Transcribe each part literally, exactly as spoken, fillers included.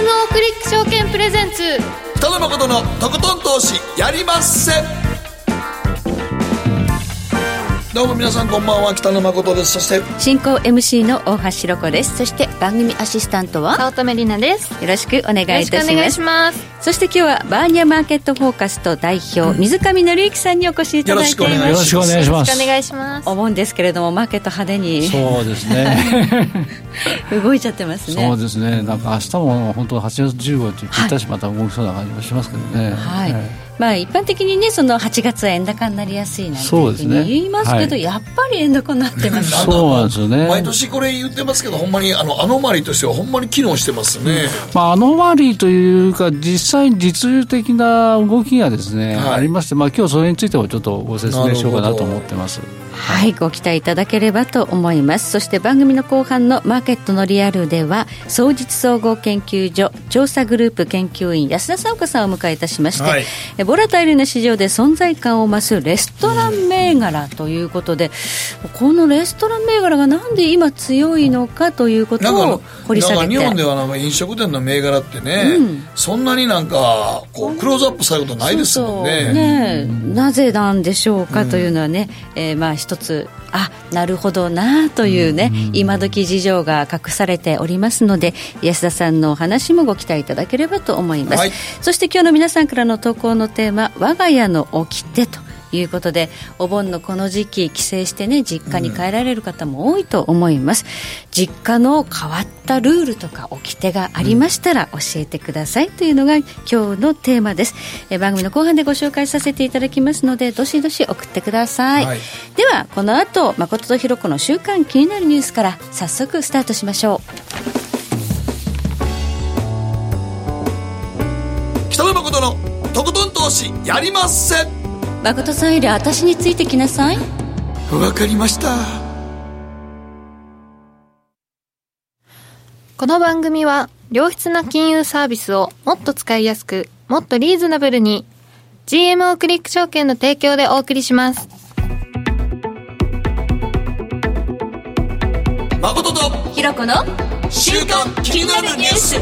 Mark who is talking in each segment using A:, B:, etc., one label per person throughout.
A: エムオー クリック証券プレゼンツ
B: 北野誠のとことん投資やりまっせ。どうも皆さんこんばんは、北野誠です。そして
C: 進行 エムシー の大橋ロコです。そして番組アシスタントは
A: 早乙女里奈です。
C: よろしくお願いいたします。
A: よろしくお願いします。
C: そして今日はバーニャマーケットフォーカスト代表、うん、水上紀之さんにお越しいただいています。
D: よろしくお願いします。
A: よろしくお願いします。
C: お盆ですけれどもマーケット派手に
D: そうですね
C: 動いちゃってますね。
D: そうですね。なんか明日も本当はちがつじゅうごにちぴったしまた動きそうな感じもしますけどね。
C: はい、
D: はい、
C: まあ、一般的にねそのはちがつは円高になりやすいなんていうふうに言いますけど、ね、はい、やっぱり円高になってます。
D: そうなんですよね。
B: 毎年これ言ってますけど、ほんまにあのアノマリとしてはほんまに機能してますね。
D: まあ、アノマリというか実際に実需的な動きがですね、はい、ありまして、まあ、今日それについてもちょっとご説明しようかなと思ってます。
C: はい、ご期待いただければと思います。そして番組の後半のマーケットのリアルでは双日総合研究所調査グループ研究員安田沙子さんをお迎えいたしまして、はい、ボラタイルな市場で存在感を増すレストラン銘柄ということで、このレストラン銘柄がなんで今強いのかということを掘り下げて、
B: 日本ではなんか飲食店の銘柄ってね、うん、そんなになんかこうクローズアップされることないですもんね。
C: そうそうね、うん、なぜなんでしょうかというのはね、うん、えー、まあ一つあなるほどなというね、うん、今時事情が隠されておりますので安田さんのお話もご期待いただければと思います、はい、そして今日の皆さんからの投稿のテーマ我が家の掟ということで、お盆のこの時期帰省してね実家に帰られる方も多いと思います、うん、実家の変わったルールとか掟がありましたら教えてくださいというのが今日のテーマです。え番組の後半でご紹介させていただきますのでどしどし送ってください、はい、ではこの後誠とひろ子の週刊気になるニュースから早速スタートしましょ
B: う。北野誠のとことん投資やりまっせ。
C: 誠さんより私についてきなさい。
B: わかりました。
A: この番組は良質な金融サービスをもっと使いやすくもっとリーズナブルに ジーエムオー クリック証券の提供でお送りします。
B: 誠と
C: ひろ子の
B: 週刊気になるニュース。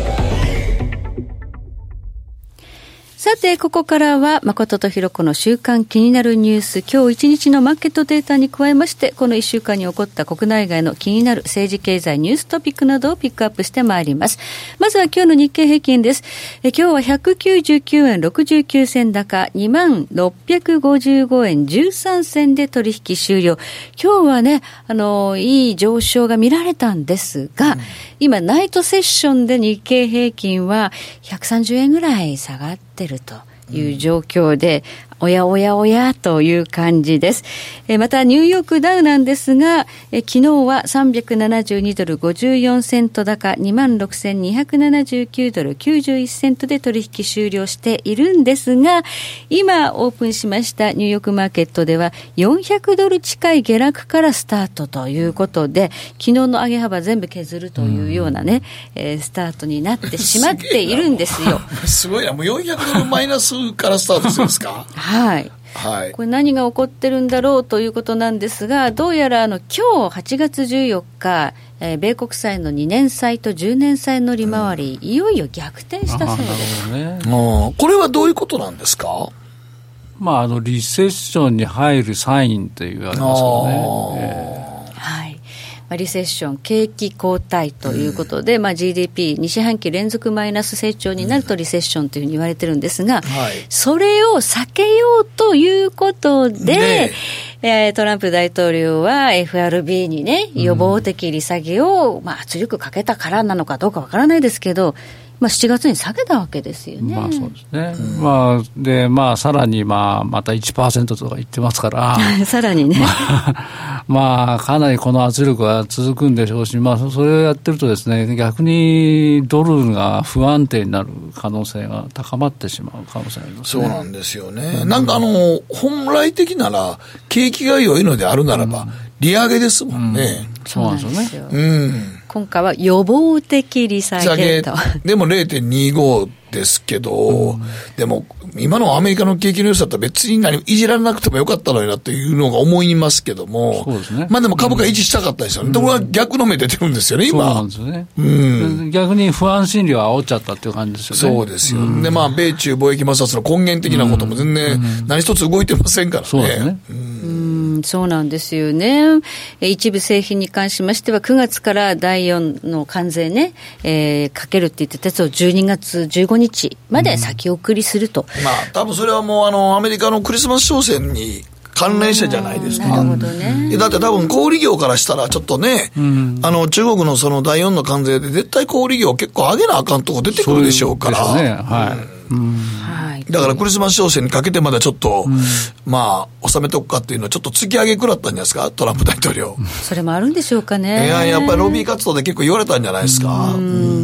C: さてここからは誠とひろ子の週刊気になるニュース、今日一日のマーケットデータに加えましてこのいっしゅうかんに起こった国内外の気になる政治経済ニューストピックなどをピックアップしてまいります。まずは今日の日経平均です。え今日はひゃくきゅうじゅうきゅうえんろくじゅうきゅうせん高 にまんろっぴゃくごじゅうごえんじゅうさんせんで取引終了。今日はねあのいい上昇が見られたんですが、うん、今ナイトセッションで日経平均はひゃくさんじゅうえんぐらい下がってるという状況で、うん、おやおやおやという感じです。えまたニューヨークダウなんですが、え昨日はさんびゃくななじゅうにドルごじゅうよんセント高 にまんろくせんにひゃくななじゅうきゅうドルきゅうじゅういちセントで取引終了しているんですが、今オープンしましたニューヨークマーケットではよんひゃくドル近い下落からスタートということで、昨日の上げ幅全部削るというようなね、えー、スタートになってしまっているんですよ。
B: すごいな、もうよんひゃくドルマイナスからスタートするんですか。
C: はい、はい、これ何が起こってるんだろうということなんですが、どうやらあの今日はちがつじゅうよっか、えー、米国債のにねん債とじゅうねん債の利回り、うん、いよいよ逆転したそうです、
B: ね、これはどういうことなんですか。
D: まあ、あのリセッションに入るサインと言われますよね、えー
C: はい、リセッション景気後退ということで、うんまあ、ジーディーピーに四半期連続マイナス成長になるとリセッションというふうに言われてるんですが、うんはい、それを避けようということで、ねえー、トランプ大統領は エフアールビー にね予防的利下げを、まあ、圧力かけたからなのかどうかわからないですけど、まあ、しちがつに下げたわけですよね。
D: まあそうですね、うんまあでまあ、さらに、まあ、また いちパーセント とか言ってますから
C: さらにね、ま
D: あ、まあかなりこの圧力が続くんでしょうし、まあ、それをやってるとですね、逆にドルが不安定になる可能性が高まってしまう可能性がありますね。
B: そうなんですよね、うん、なんかあの本来的なら景気が良いのであるならば、うん、利上げですもんね、
D: うん、そうなんですよね、
C: うん、今回は予防的利下げと
B: でも ゼロてんにじゅうごですけど、うん、でも今のアメリカの景気の良さだったら別に何いじらなくてもよかったのになっていうのが思いますけども、
D: そうですね、
B: まあでも株価維持したかったですよね、うん、ところが逆の目出てるんですよね今。
D: そうなんですね、
B: うん、
D: 逆に不安心理を煽っちゃったっていう感じですよね。
B: そうですよ、うん、でまあ米中貿易摩擦の根源的なことも全然何一つ動いてませんからね。
D: そうですね、
C: うん、そうなんですよね。一部製品に関しましてはくがつからだいよんの関税ね、えー、かけるって言ってたやつをじゅうにがつじゅうごにちまで先送りすると、
B: うん、まあ多分それはもうあのアメリカのクリスマス商戦に関連してじゃないですか。
C: なるほどね。
B: だって多分小売業からしたらちょっとね、うん、あの中国のそのだいよんの関税で絶対小売業結構上げなあかんとこ出てくるでしょうから。
D: そうですね、はい、うん、
C: はい、
B: だからクリスマス商戦にかけてまだちょっと、うん、まあ収めとくかっていうのはちょっと突き上げくらったんじゃないですかトランプ大統領。
C: それもあるんでしょうかね。
B: いややっぱりロビー活動で結構言われたんじゃないですか。
C: うん、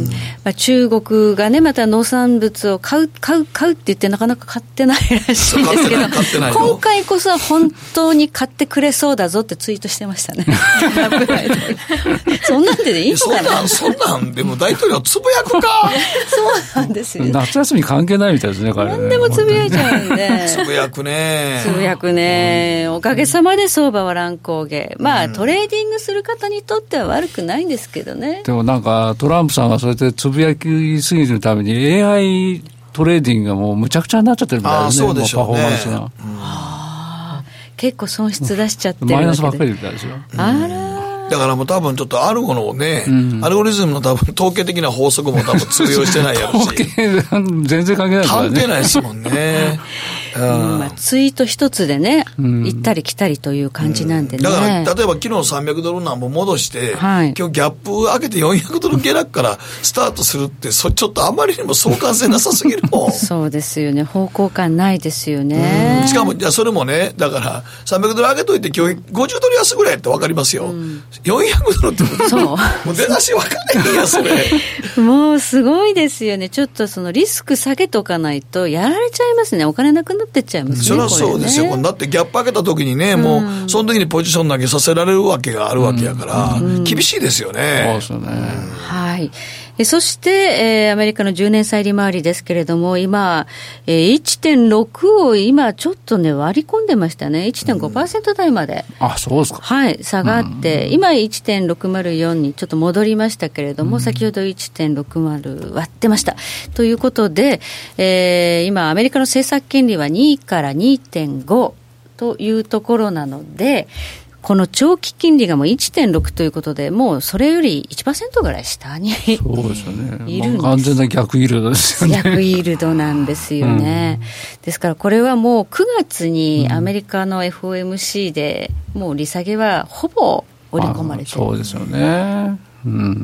C: まあ、中国がねまた農産物を買う買う買うって言ってなかなか買ってないらしいんですけど今回こそは本当に買ってくれそうだぞってツイートしてましたねそんなんでいいのかな。
B: そんなんそんなんでも大統領つぶやくか
C: そうなんですよ。
D: 夏休み関係ないみたいですね彼ね。
C: 何でもつぶやいちゃうんで
B: つぶやくね
C: つぶやくね、うん、おかげさまで相場は乱高下、まあ、うん、トレーディングする方にとっては悪くないんですけどね。
D: でもなんかトランプさんがそうやってつぶやきすぎるために エーアイ トレーディングがもうむちゃくちゃになっちゃってるみたいですね。
B: ああそうでしょうね。
D: パフォーマンスが、うん、
C: はあ、結構損失出しちゃってる
D: マイナスばっかりみたいですよ、
C: うん、あら
B: だからもう多分ちょっとアルゴのね、うん、アルゴリズムの多分統計的な法則も多分通用してないやろし
D: 統計全然関係ないからね。
B: 関係ないですもんね
C: うんまあ、ツイート一つでね、うん、行ったり来たりという感じなんでね、
B: うん、だから例えば昨日さんびゃくドルなんぼ戻して、はい、今日ギャップ上げてよんひゃくドル下落からスタートするってそちょっとあまりにも相関性なさすぎるもん
C: そうですよね、方向感ないですよね。
B: しかもじゃあそれもねだからさんびゃくドル上げといて今日ごじゅうドル安ぐらいって分かりますよ、うん、よんひゃくドルってそうもう出だし分かんないやそれ
C: もうすごいですよね。ちょっとそのリスク下げとかないとやられちゃいますね。お金なくなってっちゃいますね。
B: そりゃそうですよ、ね、だってギャップ開けた時にね、うん、もうその時にポジション投げさせられるわけがあるわけやから、うん、厳しいですよね。
D: そうですよね、うん、
C: はい。えそして、えー、アメリカのじゅうねん債利回りですけれども今、えー、いってんろく を今ちょっとね割り込んでましたね。 いってんごパーセント 台まで、
D: うん、あそうですか。
C: はい下がって、うん、今 いってんろくまるよん にちょっと戻りましたけれども、うん、先ほど いってんろくまる 割ってましたということで、えー、今アメリカの政策金利はにから にてんご というところなのでこの長期金利がもう いってんろく ということでもうそれより いちパーセント ぐらい下に
D: そうですよね
C: いるんです、
D: まあ、完全な逆イールドですよね。
C: 逆イールドなんですよね、うん、ですからこれはもうくがつにアメリカの エフオーエムシー でもう利下げはほぼ織り込まれてる、
D: そうですよね、うん、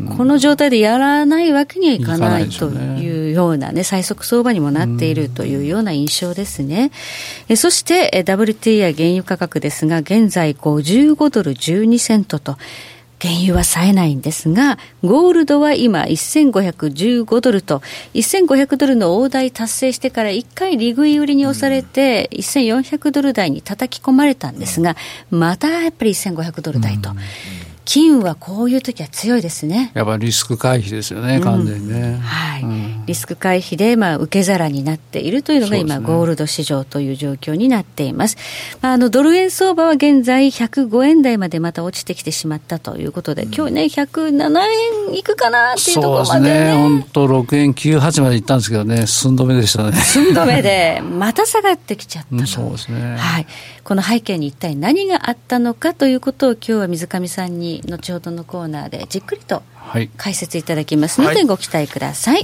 C: この状態でやらないわけにはいかないというようなね最速相場にもなっているというような印象ですね、うん、えそして ダブリューティーアイ 原油価格ですが現在ごじゅうごドルじゅうにセントと原油は冴えないんですがゴールドは今せんごひゃくじゅうごドルとせんごひゃくドルの大台達成してからいっかい利食い売りに押されてせんよんひゃくドル台に叩き込まれたんですがまたやっぱりせんごひゃくドル台と、うん金はこういう時は強いですね。やっ
D: ぱりリスク回避ですよね、完全にね、
C: うんはいうん、リスク回避で、まあ、受け皿になっているというのが今、ね、ゴールド市場という状況になっています。まあ、あのドル円相場は現在ひゃくごえん台までまた落ちてきてしまったということで、うん、今日ねひゃくななえんいくかなっていうところまでね、
D: 本当ろくえんきゅうじゅうはちまでいったんですけどね寸止めでしたね。
C: 寸止めでまた下がってきちゃったと、
D: うん、そうですね、
C: はい、この背景に一体何があったのかということを今日は水上さんに後ほどのコーナーでじっくりと解説いただきますのでご期待ください、はい、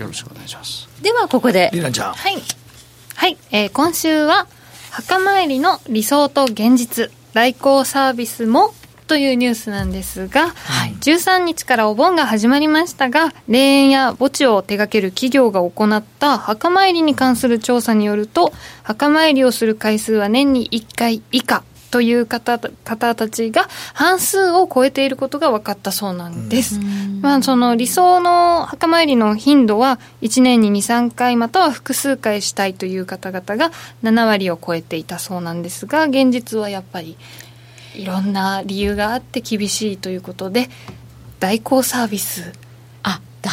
D: よろしくお願いします。
C: ではここで
B: りなちゃん、
A: はい、はいえー、今週は墓参りの理想と現実代行サービスもというニュースなんですが、はい、じゅうさんにちからお盆が始まりましたが霊園や墓地を手掛ける企業が行った墓参りに関する調査によると墓参りをする回数は年にいっかい以下という方、方たちが半数を超えていることが分かったそうなんです。まあ、その理想の墓参りの頻度はいちねんににさんかいまたは複数回したいという方々がななわりを超えていたそうなんですが現実はやっぱりいろんな理由があって厳しいということで代行サービス
C: あ代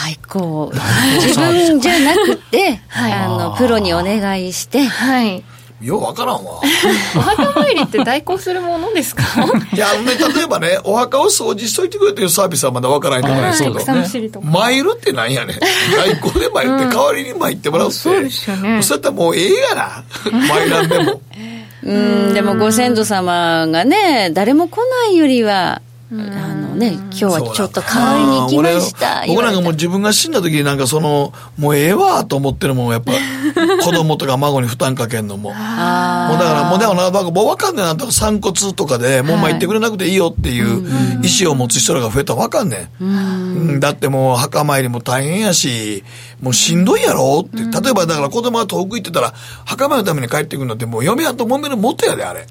C: 代行。自分じゃなくて、はい、あの、プロにお願いして。
A: はい。
B: ようわからんわ。
A: お墓参りって代行するものですか？
B: いや、ね、例えばね、お墓を掃除しといてくれというサービスはまだわからないと思うんですけど、
A: 草むしりとか。
B: 参るってなんやねん。代行で参って代わりに参ってもらうって。
A: そうですよね。
B: そうやったらもうええやな。参らんでも。
C: うん、でもご先祖様がね、誰も来ないよりは、あのね、今日はちょっと代わりに行きました。
B: 僕なんかもう自分が死んだ時になんかその、もうええわと思ってるもん、やっぱ子供とか孫に負担かけんのも。もうだから、もうでもな、もう分かんねえな、散骨とかで、もうまあ言ってくれなくていいよっていう意思を持つ人らが増えたら分かんねん。だってもう墓参りも大変やし、もうしんどいやろって。例えばだから子供が遠く行ってたら、墓参りのために帰ってくるのってもう嫁はんと揉める元やで、あれ。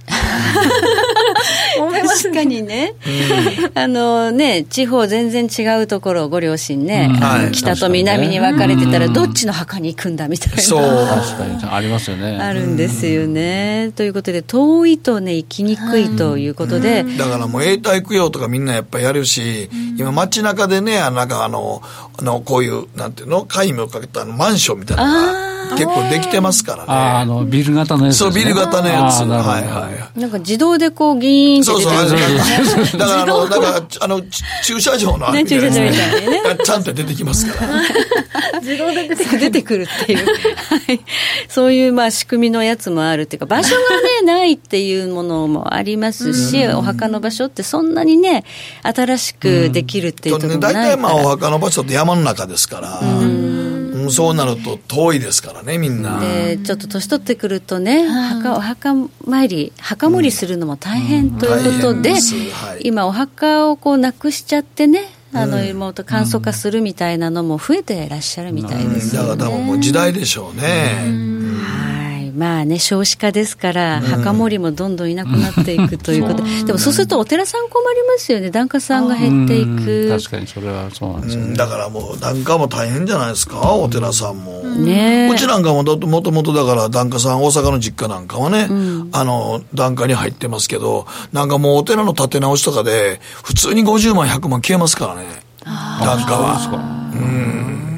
C: 確かにね、うん、あのね、地方全然違うところ、ご両親ね、うんはい、北と南に分かれてたらどっちの墓に行くんだみたいな、
B: そう
D: 確かにありますよね。
C: あるんですよね、うん、ということで遠いとね行きにくいということで、うん、
B: だからもう永代供養とかみんなやっぱやるし、うん、今街中でね、なんかあのあのこういうなんていうの、皆無をかけたあのマンションみたいなのが結構できてますからね。
D: ああのビル型のやつですね。
B: そうビル型のやつ、はいはい。
C: なんか自動でこうギーンって出てくる。
B: そうそうだからあのだからあの駐車場のあれみたいな、ね、
C: 駐車場みたいにね
B: ちゃんと出てきますから
C: 自動で出てくる出てくるっていう、はい、そういうまあ仕組みのやつもあるっていうか、場所がねないっていうものもありますし、お墓の場所ってそんなにね新しくできるっていうところもないから、
B: 大体まあお墓の場所って山の中ですから、うんそうなると遠いですからね、みんな。
C: でちょっと年取ってくるとね、墓お墓参り墓守りするのも大変ということで、うんうんはい、今お墓をこうなくしちゃってね、あのもっと簡素化するみたいなのも増えていらっしゃるみたいですよね、
B: うん、だから多分もう時代でしょうね、うん、
C: はいまあね、少子化ですから、うん、墓守りもどんどんいなくなっていくということで、うん、でもそうするとお寺さん困りますよね、檀家さんが減っていく、
D: うん、確かにそれはそうなんですよね、
B: うん、だからもう檀家も大変じゃないですか、お寺さんも、
C: ね、
B: うちなんかももともとだから檀家さん、大阪の実家なんかはね、うん、あの檀家に入ってますけど、なんかもうお寺の建て直しとかで普通にごじゅうまんひゃくまん消えますからね、檀家は。うん、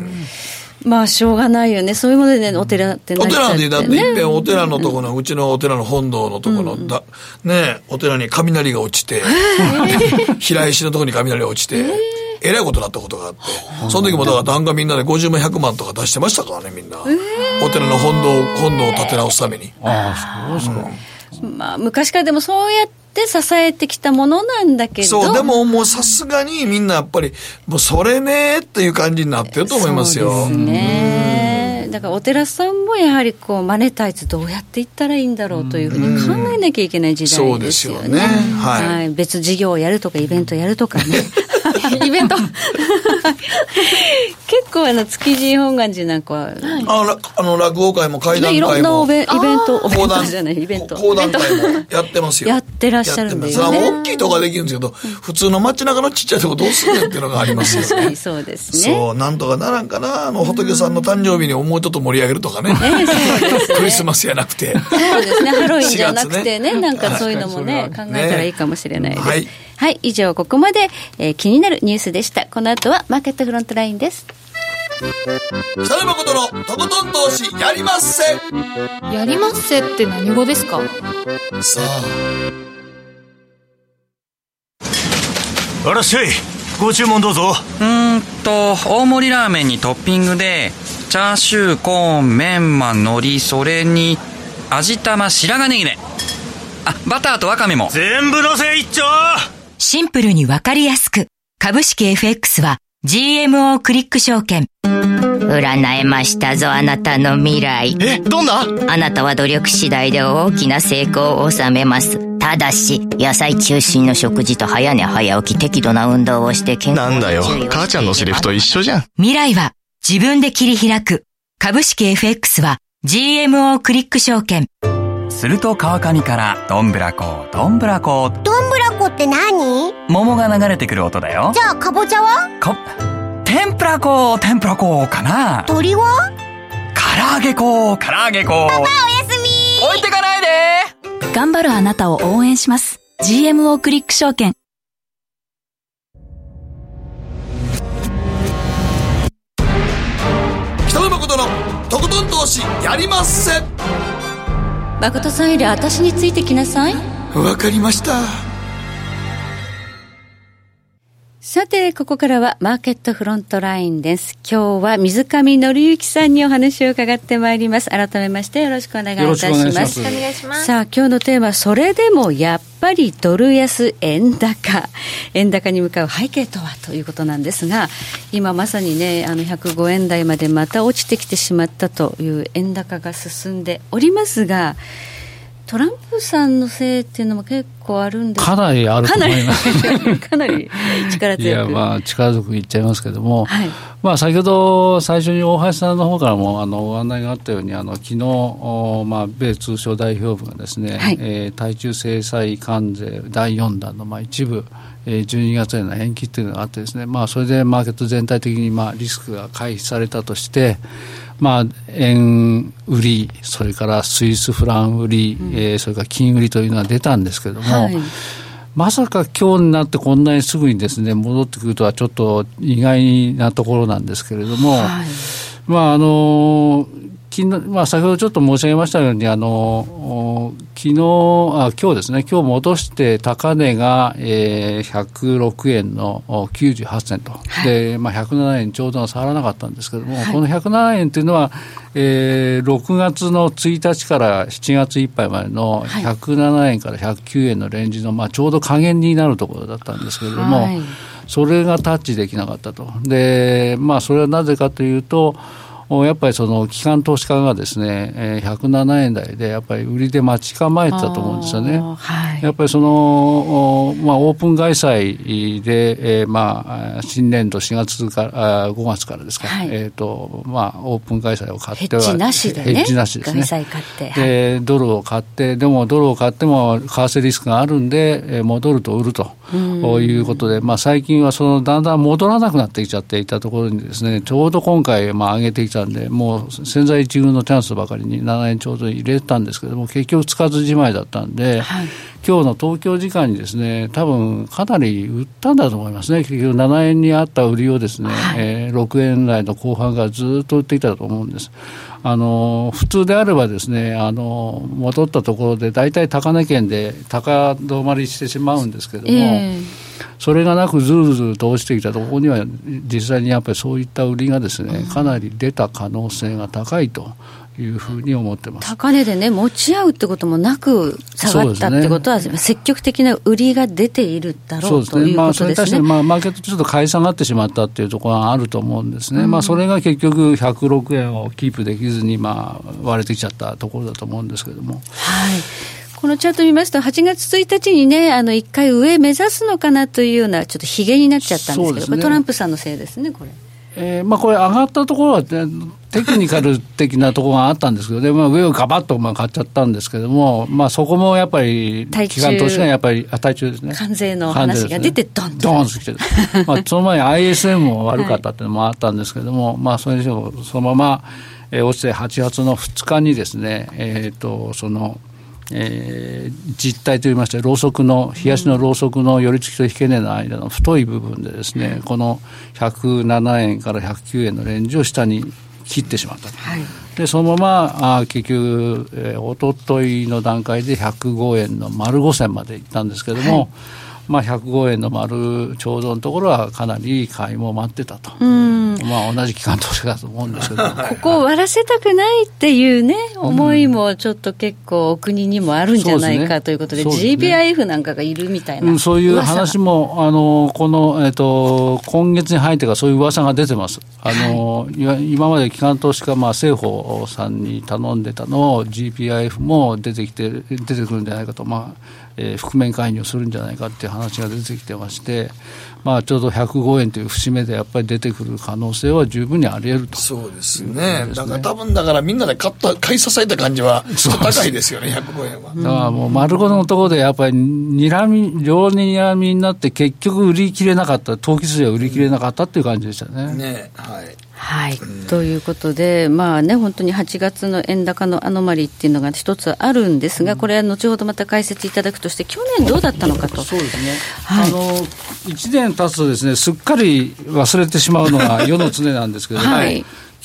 C: まあしょうがないよね、そういうものでね、お寺って
B: お寺でだっていっぺんお寺のところの、うん、うちのお寺の本堂のところの、うん、だね、お寺に雷が落ちて、平石のところに雷が落ちて、えらいことになったことがあって、その時もだから檀家みんなでごじゅうまんひゃくまんとか出してましたからね、みんな、お寺の本堂本堂を建て直すために。
D: ああ、そうですか、
C: うん、まあ昔からでもそうやって支えてきたものなんだけど、
B: そうでももうさすがにみんなやっぱりもうそれねっていう感じになってると思いますよ。
C: そうですね、うん、だからお寺さんもやはりこうマネタイズどうやっていったらいいんだろうというふうに考えなきゃいけない時代ですよね、うん、そうですよね、はい、はい、別事業をやるとかイベントやるとかねイベント結構あの築地本願寺なんかは、はい、
B: あ, あの落語会も会談会も
C: いろんなイベントお弁当じゃないイベント
B: 講談会もやってますよ
C: やってらっしゃるんですよね。
B: 大きいとこができるんですけど、うん、普通の街中のちっちゃいとこどうするのっていうのがありますよね。
C: 確かにそうですね。
B: そうなんとかならんかな、あの仏さんの誕生日にもうちょっと盛り上げるとかね、えーそうですね、クリスマスじゃなくて
C: そうですね、ハロウィンじゃなくてね、なんかそういうのもね考えたらいいかもしれないです、ね、はいはい、以上ここまで、えー、気になるニュースでした。この後はマーケットフロントラインです。
B: 北野誠のとことん投資やりまっせ。
A: やりまっせって何語ですか？
B: さ
E: あ、あらっしゃい、ご注文どうぞ。
F: うーんと大盛りラーメンにトッピングでチャーシュー、コーン、メンマ、海苔、それに味玉、白髪ネギね。あ、バターとワカメも
E: 全部のせ一丁。
G: シンプルにわかりやすく、株式 エフエックス は ジーエムオー クリック証券。占えましたぞ、あなたの未来。
E: え、どんな？
G: あなたは努力次第で大きな成功を収めます。ただし野菜中心の食事と早寝早起き、適度な運動をして健康に注意をして。
E: なんだよ、母ちゃんのセリフと一緒じゃん。
G: 未来は自分で切り開く。株式 エフエックス は ジーエムオー クリック証券。
H: すると川上からどんぶらこどんぶらこ。
I: どんぶらこって何？
H: 桃が流れてくる音だよ。
I: じゃあかぼちゃは？
H: こ天ぷらこ天ぷらこかな。
I: 鳥は？
H: 唐揚げこ唐揚げこ。
I: パパおやすみ。
H: 置いてかないで。
G: 頑張るあなたを応援します。 ジーエムオー クリック証券。
B: 北野誠のとことん投資やりまっせ。
C: 誠さんより私についてきなさい。
B: わかりました。
C: さてここからはマーケットフロントラインです。今日は水上則之さんにお話を伺ってまいります。改めましてよろしくお願いいたします。よろしくお願いします。さあ今日のテーマ、それでもやっぱりドル安円高、円高に向かう背景とはということなんですが、今まさにね、あのひゃくごえん台までまた落ちてきてしまったという円高が進んでおりますが、トランプさんのせいっていうのも結構あるんですか。
D: かなりあると思います
C: かなり力強く、いや、
D: まあ、力強く言っちゃいますけども、
C: はい、
D: まあ、先ほど最初に大橋さんの方からもあのご案内があったように、あの昨日、まあ、米通商代表部がですね、はい、えー、対中制裁関税だいよん弾のまあ一部、えー、じゅうにがつへの延期というのがあってですね、まあ、それでマーケット全体的にまあリスクが回避されたとして、まあ、円売り、それからスイスフラン売り、うん、えー、それから金売りというのが出たんですけれども、はい、まさか今日になってこんなにすぐにですね戻ってくるとはちょっと意外なところなんですけれども、はい、まああの昨日、まあ、先ほどちょっと申し上げましたように、あの昨日あ今日ですね、今日戻して高値が、えー、ひゃくろくえんのきゅうじゅうはちせんと、はい、で、まあ、ひゃくななえんちょうどは触らなかったんですけれども、はい、このひゃくななえんというのは、えー、ろくがつのついたちからしちがついっぱいまでのひゃくななえんからひゃくきゅうえんのレンジの、まあ、ちょうど下限になるところだったんですけれども、はい、それがタッチできなかったと。で、まあ、それはなぜかというと、やっぱりその機関投資家がですね、ひゃくななえん台でやっぱり売りで待ち構えてたと思うんですよね。はい、やっぱりその、まあ、オープン開催で、えー、まあ新年度しがつからごがつからですか、はい、えっ、ー、とまあオープン開催を買っては
C: ヘッジなしでね、
D: ヘッジなしですね。
C: 開催買って、
D: で、はい、ドルを買って、でもドルを買っても為替リスクがあるんで、えー、戻ると売るということで、まあ最近はそのだんだん戻らなくなってきちゃっていたところにですね、ちょうど今回まあ上げてきたんで、もう千載一遇のチャンスばかりにななえんちょうど入れたんですけども、結局つかずじまいだったんで、はい、今日の東京時間にですね、多分かなり売ったんだと思いますね。結局ななえんにあった売りをですね、はい、えー、ろくえん台の後半がずっと売っていたと思うんです。あの普通であればですね、あの戻ったところで大体高値圏で高止まりしてしまうんですけども、えー、それがなくずるずると落ちてきたところには実際にやっぱりそういった売りがですね、かなり出た可能性が高いというふうに思ってます。
C: 高値でね持ち合うってこともなく下がったってことは、ね、積極的な売りが出ているだろうということですね。それに対して、まあ、
D: マーケットちょっと買い下がってしまったっていうところがあると思うんですね。うん、まあ、それが結局ひゃくろくえんをキープできずに、まあ、割れてきちゃったところだと思うんですけれども。
C: はい、このチャート見ますとはちがつついたちにね、あのいっかい上目指すのかなというようなちょっとひげになっちゃったんですけど、ね、これトランプさんのせいですね、これ。
D: えーまあ、これ上がったところは、ね、テクニカル的なところがあったんですけど、で、まあ、上をガバッとまあ買っちゃったんですけども、まあ、そこもやっぱり機関投資がやっぱり対中ですね、
C: 関税の話が出てドンと
D: ドンときてるまあその前に アイエスエム も悪かったっていうのもあったんですけども、はい、まあ、それにしてもそのまま、えー、落ちてはちがつのふつかにですね、えー、とそのえー、実態といいまして、ろうそくの冷やしのろうそくの寄り付きと引け値の間の太い部分でですね、このひゃくななえんからひゃくきゅうえんのレンジを下に切ってしまったと、はい、でそのままあ結局、えー、おとといの段階でひゃくごえんの丸ごせんまでいったんですけれども、はい、まあ、ひゃくごえんの丸ちょうどのところはかなり買いも待ってたと、うん、まあ、同じ機関投資家だと思うんですけどこ
C: こを割らせたくないっていうね思いもちょっと結構お国にもあるんじゃないかということで、 ジービーアイエフ なんかがいるみたいな、うん、
D: そういう話もあのこの、えっと、今月に入ってからそういう噂が出てます。あの、はい、今まで機関投資家、まあ、政府さんに頼んでたのを ジービーアイエフ も出てきて出てくるんじゃないかと、まあえー、覆面介入するんじゃないかっていう話が出てきてまして、まあ、ちょうどひゃくごえんという節目でやっぱり出てくる可能性は十分にあり得ると。
B: そうですね。だから多分だからみんなで買った買い支えた感じはちょっと高いですよね、ひゃくごえんは。
D: だからもう丸ごとのところでやっぱりにらみ両にらみになって結局売り切れなかった、投機筋は売り切れなかったっていう感じでしたね。
B: ね、はい。
C: はい、ということで、まあね、本当にはちがつの円高のアノマリーっていうのが一つあるんですが、うん、これは後ほどまた解説いただくとして、去年どうだったのかと。
D: そうですね、はい、あのいちねん経つとですね、すっかり忘れてしまうのが世の常なんですけど、はい、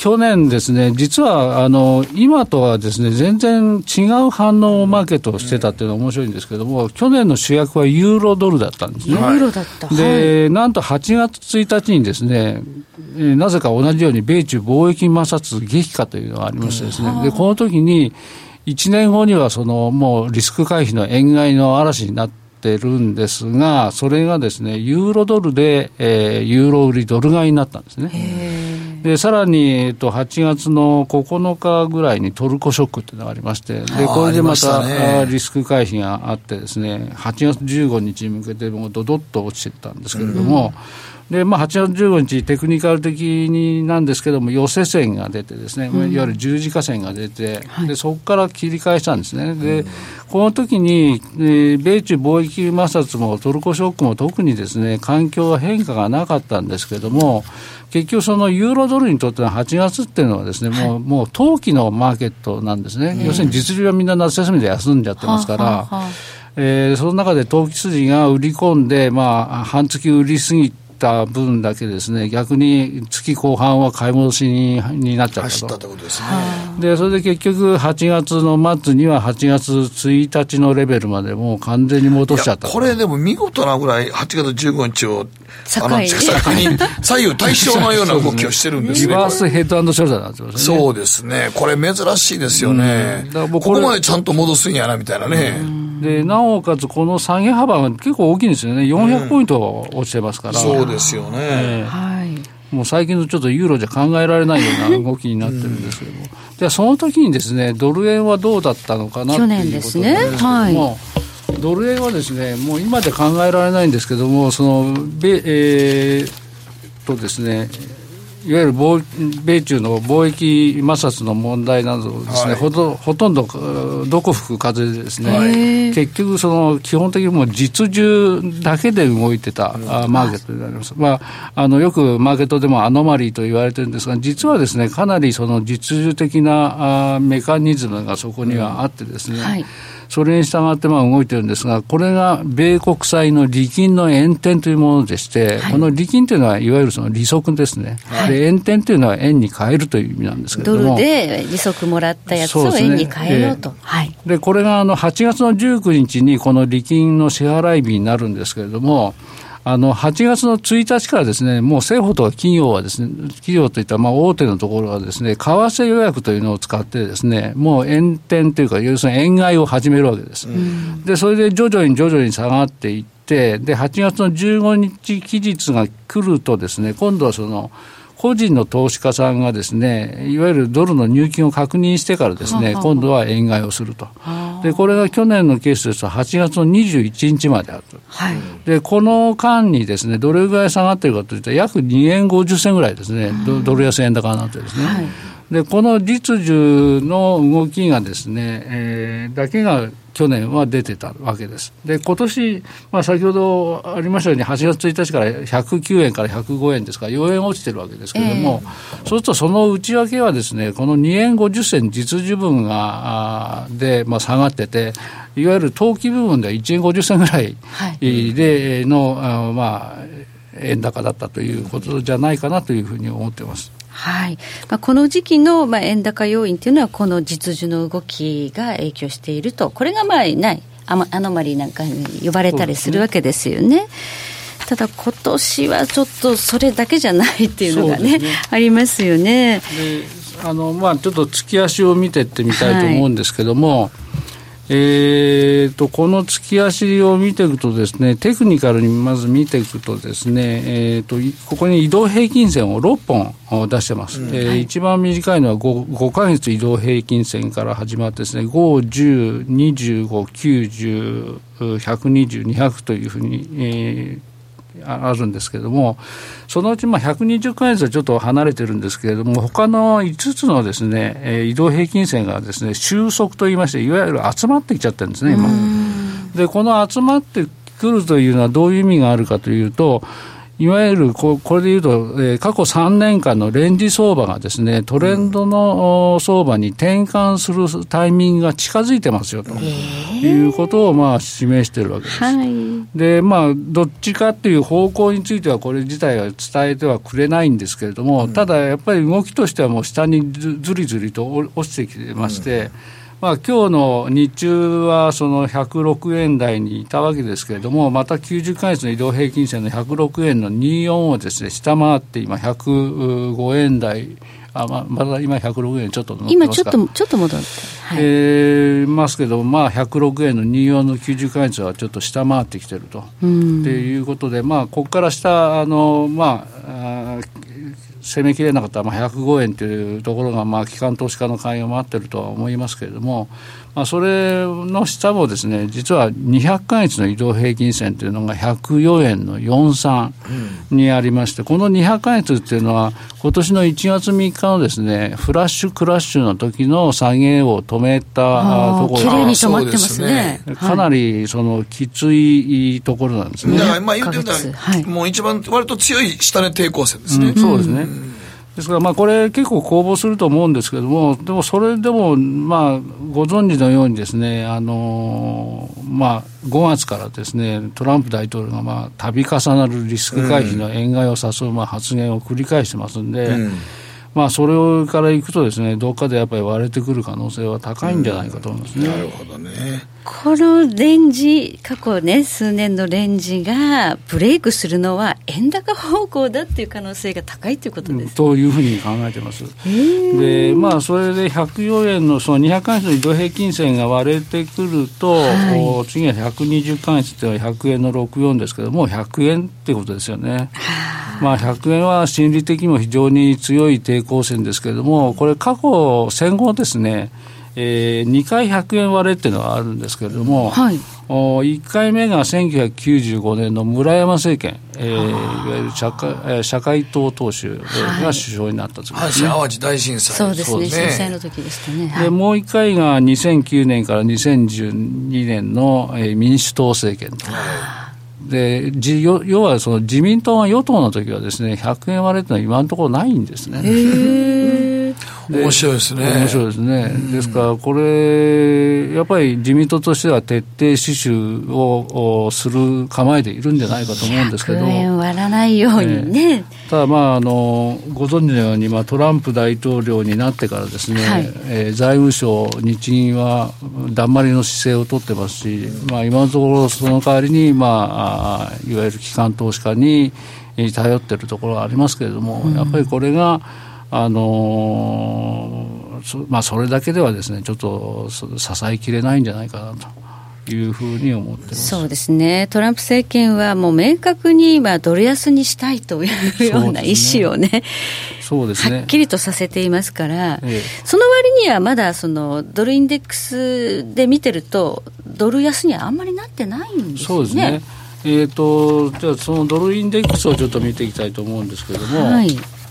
D: 去年ですね、実はあの今とはですね全然違う反応マーケットをしてたっていうのは面白いんですけども、去年の主役はユーロドルだったんですね。
C: ユーロだった。
D: で、はい、なんとはちがつついたちにですね、なぜか同じように米中貿易摩擦激化というのがありましてですね、うん、でこの時にいちねんごにはそのもうリスク回避の円買いの嵐になってるんですが、それがですねユーロドルで、えー、ユーロ売りドル買いになったんですね。でさらに、えっと、はちがつのここのかぐらいにトルコショックというのがありまして、でこれでまた、ね、リスク回避があってですね、はちがつじゅうごにちに向けてもうドドッと落ちていったんですけれども、うん、でまあ、はちがつじゅうごにちテクニカル的になんですけども寄せ線が出てですね、うん、いわゆる十字架線が出て、はい、でそこから切り返したんですね。で、うん、この時に、えー、米中貿易摩擦もトルコショックも特にですね環境は変化がなかったんですけれども、結局そのユーロドルにとってのはちがつっていうのはですね、はい、もう、もう冬季のマーケットなんですね、えー、要するに実需はみんな夏休みで休んじゃってますから、はあはあ、えー、その中で投機筋が売り込んで、まあ、半月売りすぎた分だけですね、逆に月後半は買い戻し に, になっちゃったと。
B: 走ったってことですね。
D: でそれで結局はちがつの末にははちがつついたちのレベルまでもう完全に戻しちゃった。
B: これでも見事なぐらいはちがつじゅうごにちをあの先に左右対称のような動きをしてるんですね。
D: リバースヘッド&ショルダーなんですよね。
B: そうですね。これ珍しいですよね。うん、こ, ここまでちゃんと戻すんやなみたいなね。うん
D: でなおかつこの下げ幅が結構大きいんですよね。よんひゃくポイント落ちてますから、
B: うん、そうですよね、
D: えーはい、もう最近のちょっとユーロじゃ考えられないような動きになってるんですけども、うん、じゃあその時にですねドル円はどうだったのかなっていうことなんですけども、去年ですね、はい、ドル円はですねもう今で考えられないんですけども、その米、えー、とですねいわゆる米中の貿易摩擦の問題などですね、はい、ほと、ほとんどどこ吹く風でですね、はい、結局その基本的にもう実需だけで動いてた、うん、マーケットになります。まあ、あのよくマーケットでもアノマリーと言われてるんですが、実はですねかなりその実需的なあメカニズムがそこにはあってですね、うんはい、それに従ってまあ動いてるんですが、これが米国債の利金の円転というものでして、はい、この利金というのはいわゆるその利息ですね、はい、で円転というのは円に変えるという意味なんですけれども、
C: ドルで利息もらったやつを円に変えようと、
D: ねえーはい、でこれがあのはちがつのじゅうくにちにこの利金の支払い日になるんですけれども、あのはちがつのついたちからですね、もう政府とか企業はですね、企業といったまあ大手のところはですね、為替予約というのを使ってですね、もう円転というか要するに円買いを始めるわけです。うん、でそれで徐々に徐々に下がっていって、ではちがつのじゅうごにち期日が来るとですね、今度はその個人の投資家さんがですね、いわゆるドルの入金を確認してからですね、今度は円買いをすると。でこれが去年のケースですとはちがつのにじゅういちにちまであると、はい、でこの間にですねどれぐらい下がっているかといったら約にえんごじゅっせんぐらいですね、ド, ドル安円高になってですね、はい、でこの実需の動きがですね、えー、だけが去年は出てたわけです。で今年、まあ、先ほどありましたようにはちがつついたちからひゃくきゅうえんからひゃくごえんですからよえん落ちてるわけですけれども、えー、そうするとその内訳はですねこのにえんごじゅっせん実需分がで、まあ、下がってて、いわゆる投機部分ではいちえんごじゅっせんぐらいでの、はい、まあ、円高だったということじゃないかなというふうに思っています。
C: はいまあ、この時期のまあ円高要因というのはこの実需の動きが影響していると、これがまあないアノマリーなんかに呼ばれたりするわけですよね。ただ今年はちょっとそれだけじゃないっていうのが ね, ねありますよね。
D: であの、まあ、ちょっと月足を見てってみたいと思うんですけども、はいえー、とこの月足を見ていくとですね、テクニカルにまず見ていくとですね、えー、とここに移動平均線をろっぽん出してます、うんえーはい、一番短いのは 5, ごかげつ移動平均線から始まってですね、ご、じゅう、にじゅうご、きゅうじゅう、ひゃくにじゅう、にひゃくというふうに、えーあるんですけれども、そのうちまあひゃくにじゅっかげつはちょっと離れてるんですけれども、他のいつつのですね、えー、移動平均線がですね収束といいまして、いわゆる集まってきちゃってるんですね今で。この集まってくるというのはどういう意味があるかというと、 いわゆるこれでいうと、えー、過去さんねんかんのレンジ相場がですねトレンドの相場に転換するタイミングが近づいてますよということをまあ示しているわけです、はい、でまあどっちかっていう方向についてはこれ自体は伝えてはくれないんですけれども、うん、ただやっぱり動きとしてはもう下にずずりずりと落ちてきてまして、うんまあ、今日の日中はそのひゃくろくえん台にいたわけですけれども、またきゅうじゅっかげつの移動平均線のひゃくろくえんのにじゅうよんをですね下回って今ひゃくごえん台、あ、まあ、まだ今ひゃくろくえんちょっと乗ってますか、
C: 今ちょっとちょっと戻って、
D: はい、えー、ますけど、まあ、ひゃくろくえんのにじゅうよんのきゅうじゅっかげつはちょっと下回ってきていると、うん、っていうことで、まあ、ここから下あの、まあ、あ攻めきれなかったら、まあ、ひゃくごえんというところが、まあ、機関投資家の買いを待っているとは思いますけれども、まあ、それの下もですね、実はにひゃっかげつの移動平均線というのがひゃくよえんのよんじゅうさんにありまして、うん、このにひゃっかげつというのは今年のいちがつみっかのですねフラッシュクラッシュの時の下げを止めたところ、
C: きれいに止まってますね。
D: かなりそのきついところなんですね。
B: だからまあ言ってみたら、はい、もう一番割と強い下値抵抗線ですね、
D: うん、そうですね、うんですからまあこれ結構攻防すると思うんですけれども、でもそれでもまあご存知のようにですね、あのまあごがつからですねトランプ大統領がまあ度重なるリスク回避の円買いを誘うまあ発言を繰り返してますんで、うん、まあそれからいくとですねどっかでやっぱり割れてくる可能性は高いんじゃないかと思いますね、
B: うん、なるほどね。
C: このレンジ過去ね数年のレンジがブレイクするのは円高方向だっていう可能性が高いということです、うん、
D: というふうに考えてます。でまあそれでひゃくよえんのそのにひゃっかげつの移動平均線が割れてくると、はい、次はひゃくにじゅっかげつっていうのはひゃくえんのろくじゅうよんですけどもひゃくえんってことですよね。まあ、ひゃくえんは心理的にも非常に強い抵抗線ですけれども、これ過去戦後ですね、えー、にかいひゃくえん割れっていうのがあるんですけれども、はい、おいっかいめがせんきゅうひゃくきゅうじゅうごねんの村山政権、えー、いわゆる社会、社会党党首が首相になった時ですね、
B: はい、阪神・淡路大震災、
C: そうですね、震災の時でしたね、
D: でもういっかいがにせんきゅうねんからにせんじゅうにねんの、えー、民主党政権と、はいで要はその自民党が与党の時はですねひゃくえん割れというのは今のところないんですね。
C: へ
B: 面白いですね。
D: 面白いですね。ですからこれやっぱり自民党としては徹底死守をする構えでいるんじゃないかと思うんですけど、ひゃく
C: えん割らないようにね、
D: ねただまああのご存知のように、まあ、トランプ大統領になってからですね、はいえー、財務省日銀はだんまりの姿勢を取ってますし、まあ、今のところその代わりに、まあ、いわゆる機関投資家に頼っているところはありますけれども、うん、やっぱりこれがあのーそまあ、それだけではですねちょっと支えきれないんじゃないかなというふうに思ってます。
C: そうですね。トランプ政権はもう明確に今ドル安にしたいというような意思をね、
D: そうですね、
C: はっきりとさせていますから、ええ、その割にはまだそのドルインデックスで見てるとドル安にはあんまりなってないんですよね。
D: そうですね。えーと、じゃあそのドルインデックスをちょっと見ていきたいと思うんですけれども、はい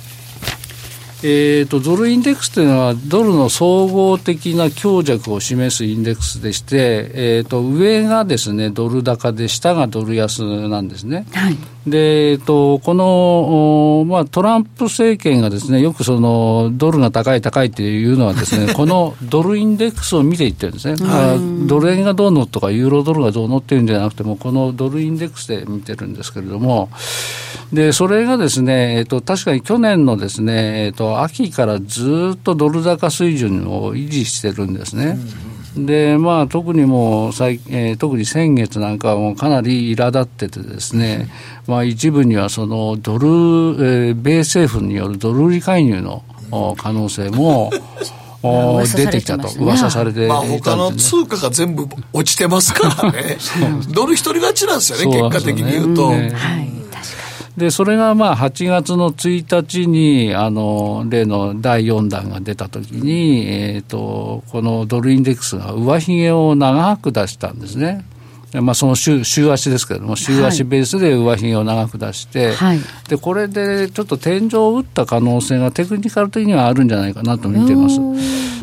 D: えー、とドルインデックスというのはドルの総合的な強弱を示すインデックスでして、えー、と上がですねドル高で下がドル安なんですね、はいでえー、とこの、まあ、トランプ政権がですねよくそのドルが高い高いっていうのはですねこのドルインデックスを見ていってるんですねあドル円がどうのとかユーロドルがどうのっていうんじゃなくてもこのドルインデックスで見てるんですけれどもでそれがですね、えー、と確かに去年のですね、えー、と秋からずっとドル高水準を維持してるんですね、うん、でまあ特にもう最、えー、特に先月なんかはもうかなり苛立っててですね、まあ、一部にはそのドル、えー、米政府によるドル売り介入の可能性も出てきたと噂されていたんですね。
B: まあ、他の通貨が全部落ちてますからねドル一人勝ちなんですよね、結果的に言うと、ねはい、
D: でそれがまあはちがつのついたちにあの例のだいよん弾が出たときに、えー、とこのドルインデックスが上髭を長く出したんですね。まあ、その 週, 週足ですけれども週足ベースで上髭を長く出して、はい、でこれでちょっと天井を打った可能性がテクニカル的にはあるんじゃないかなと見ています。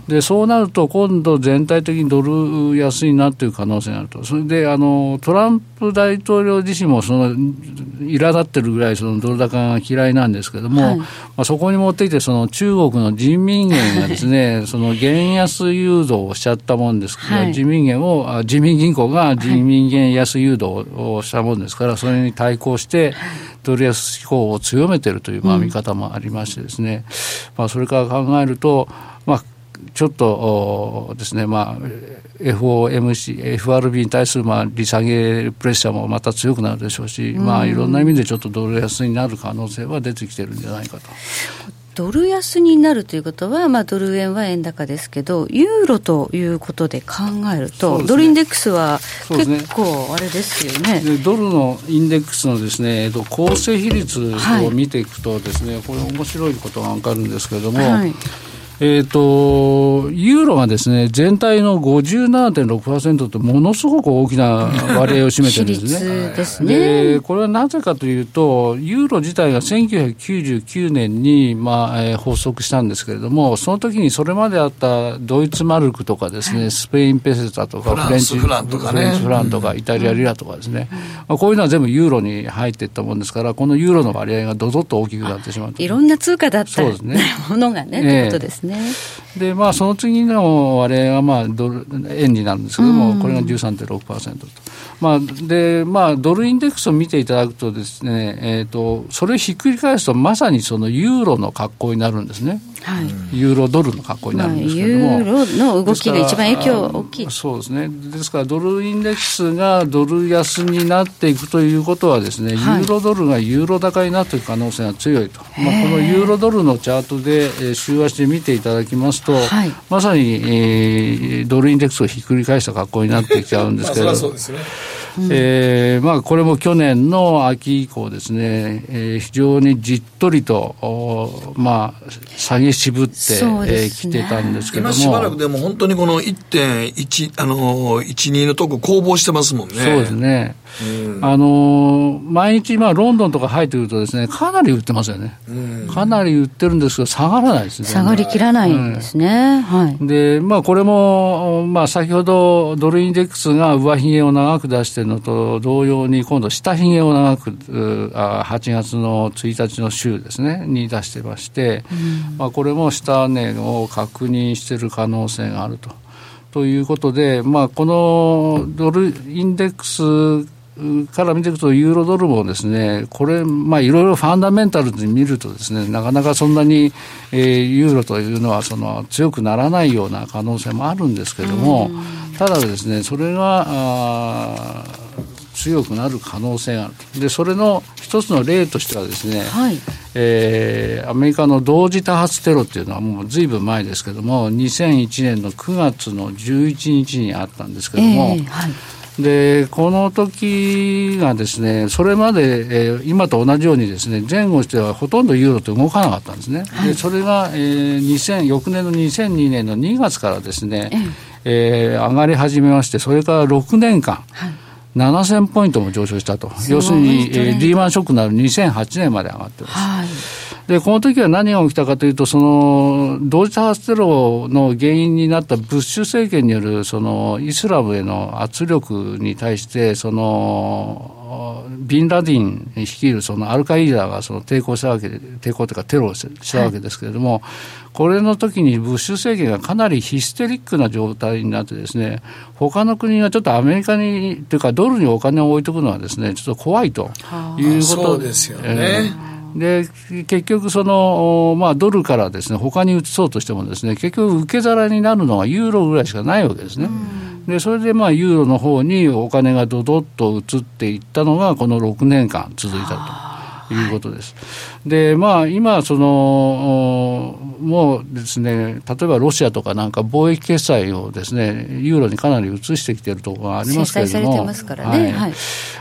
D: でそうなると今度全体的にドル安になっている可能性があると。それであのトランプ大統領自身もその苛立ってるぐらいそのドル高が嫌いなんですけども、はい、まあ、そこに持ってきてその中国の人民元がですねその元安誘導をしちゃったもんですから、はい、人民元を人民銀行が人民元安誘導をしたもんですから、それに対抗してドル安志向を強めているというまあ見方もありましてですね、うん、まあ、それから考えると、まあちょっとですね、まあ、エフオーエムシー、エフアールビー に対するまあ利下げプレッシャーもまた強くなるでしょうし、うん、まあ、いろんな意味でちょっとドル安になる可能性は出てきてるんじゃないかと。
C: ドル安になるということは、まあ、ドル円は円高ですけど、ユーロということで考えると、ね、ドルインデックスは結構あれですよね。
D: でドルのインデックスのですね、えっと、構成比率を見ていくとですね、はい、これ面白いことが分かるんですけれども、はい、えーと、ユーロがですね、全体の ごじゅうななてんろくパーセント ってものすごく大きな割合を占めてるんですね。
C: 比率ですね。
D: で、これはなぜかというと、ユーロ自体がせんきゅうひゃくきゅうじゅうきゅうねんに、まあえー、発足したんですけれども、その時にそれまであったドイツマルクとかですね、スペインペセタとかフレンチフランとかね、フレンチフランとかイタリアリラとかですね、うんまあ、こういうのは全部ユーロに入っていったもんですから、このユーロの割合がどどっと大きくなってしまう。
C: いろんな通貨だったものがね、ということですね。
D: でまあ、その次の割合はまあドル円になるんですけども、うん、これが じゅうさんてんろくパーセント と、まあでまあ、ドルインデックスを見ていただくとですね、えー、とそれをひっくり返すとまさにそのユーロの格好になるんですね、はい、ユーロドルの格好になるんですけども、まあ、
C: ユーロの動きが一番影響大きい。
D: そうですね。ですからドルインデックスがドル安になっていくということはですね、はい、ユーロドルがユーロ高になっていく可能性が強いと、まあ、このユーロドルのチャートで、えー、週足で見ていただきますと、はい、まさに、えー、ドルインデックスをひっくり返した格好になってきちゃうんですけどまあそりゃそうですね。えーまあ、これも去年の秋以降ですね、えー、非常にじっとりと、まあ、下げ渋ってき、ねえー、てたんですけども、
B: 今しばらくでも本当にこの いってんいち、あのー、いちにのとこ攻防してますもんね。
D: そうですね、うん、あのー、毎日、まあ、ロンドンとか入ってくるとですね、かなり売ってますよね、うん、かなり売ってるんですけど下がらないですね。
C: 下がりきらないんですね、うんはい、
D: でまあ、これも、まあ、先ほどドルインデックスが上髭を長く出しているのと同様に今度下髭を長くはちがつのついたちの週ですねに出してまして、うんまあ、これも下値を確認している可能性があるとということで、まあ、このドルインデックスから見ていくとユーロドルもですね、これまあいろいろファンダメンタルで見るとですね、なかなかそんなに、えー、ユーロというのはその強くならないような可能性もあるんですけれども、ただですね、それがあ強くなる可能性がある。でそれの一つの例としてはですね、はいえー、アメリカの同時多発テロっていうのはもうずいぶん前ですけども、にせんいちねんのくがつのじゅういちにちにあったんですけども、えーはいでこの時がですね、それまで、えー、今と同じようにですね、前後してはほとんどユーロって動かなかったんですね、はい、でそれが、えー、にせん翌年のにせんにねんのにがつからですね、えー、上がり始めまして、それからろくねんかん、はいななせんポイントも上昇したと。要するに、えー、リーマンショックのあるにせんはちねんまで上がってます、はい、でこの時は何が起きたかというと、その同時多発テロの原因になったブッシュ政権によるそのイスラムへの圧力に対して、そのビンラディン率いるそのアルカイダがその抵抗したわけで、抵抗というかテロをしたわけですけれども、はい、これの時にブッシュ政権がかなりヒステリックな状態になってですね、他の国がちょっとアメリカにというかドルにお金を置いとくのはですね、ちょっと怖いということ、
B: そうですよね、えー
D: で結局その、まあ、ドルからですね他に移そうとしてもですね、結局受け皿になるのはユーロぐらいしかないわけですね。でそれでまあユーロの方にお金がドドッと移っていったのがこのろくねんかん続いたということです。でまあ今そのもうですね、例えばロシアとかなんか貿易決済をですねユーロにかなり移してきているところがありますけれども、
C: 制裁されてますからね、はいはい、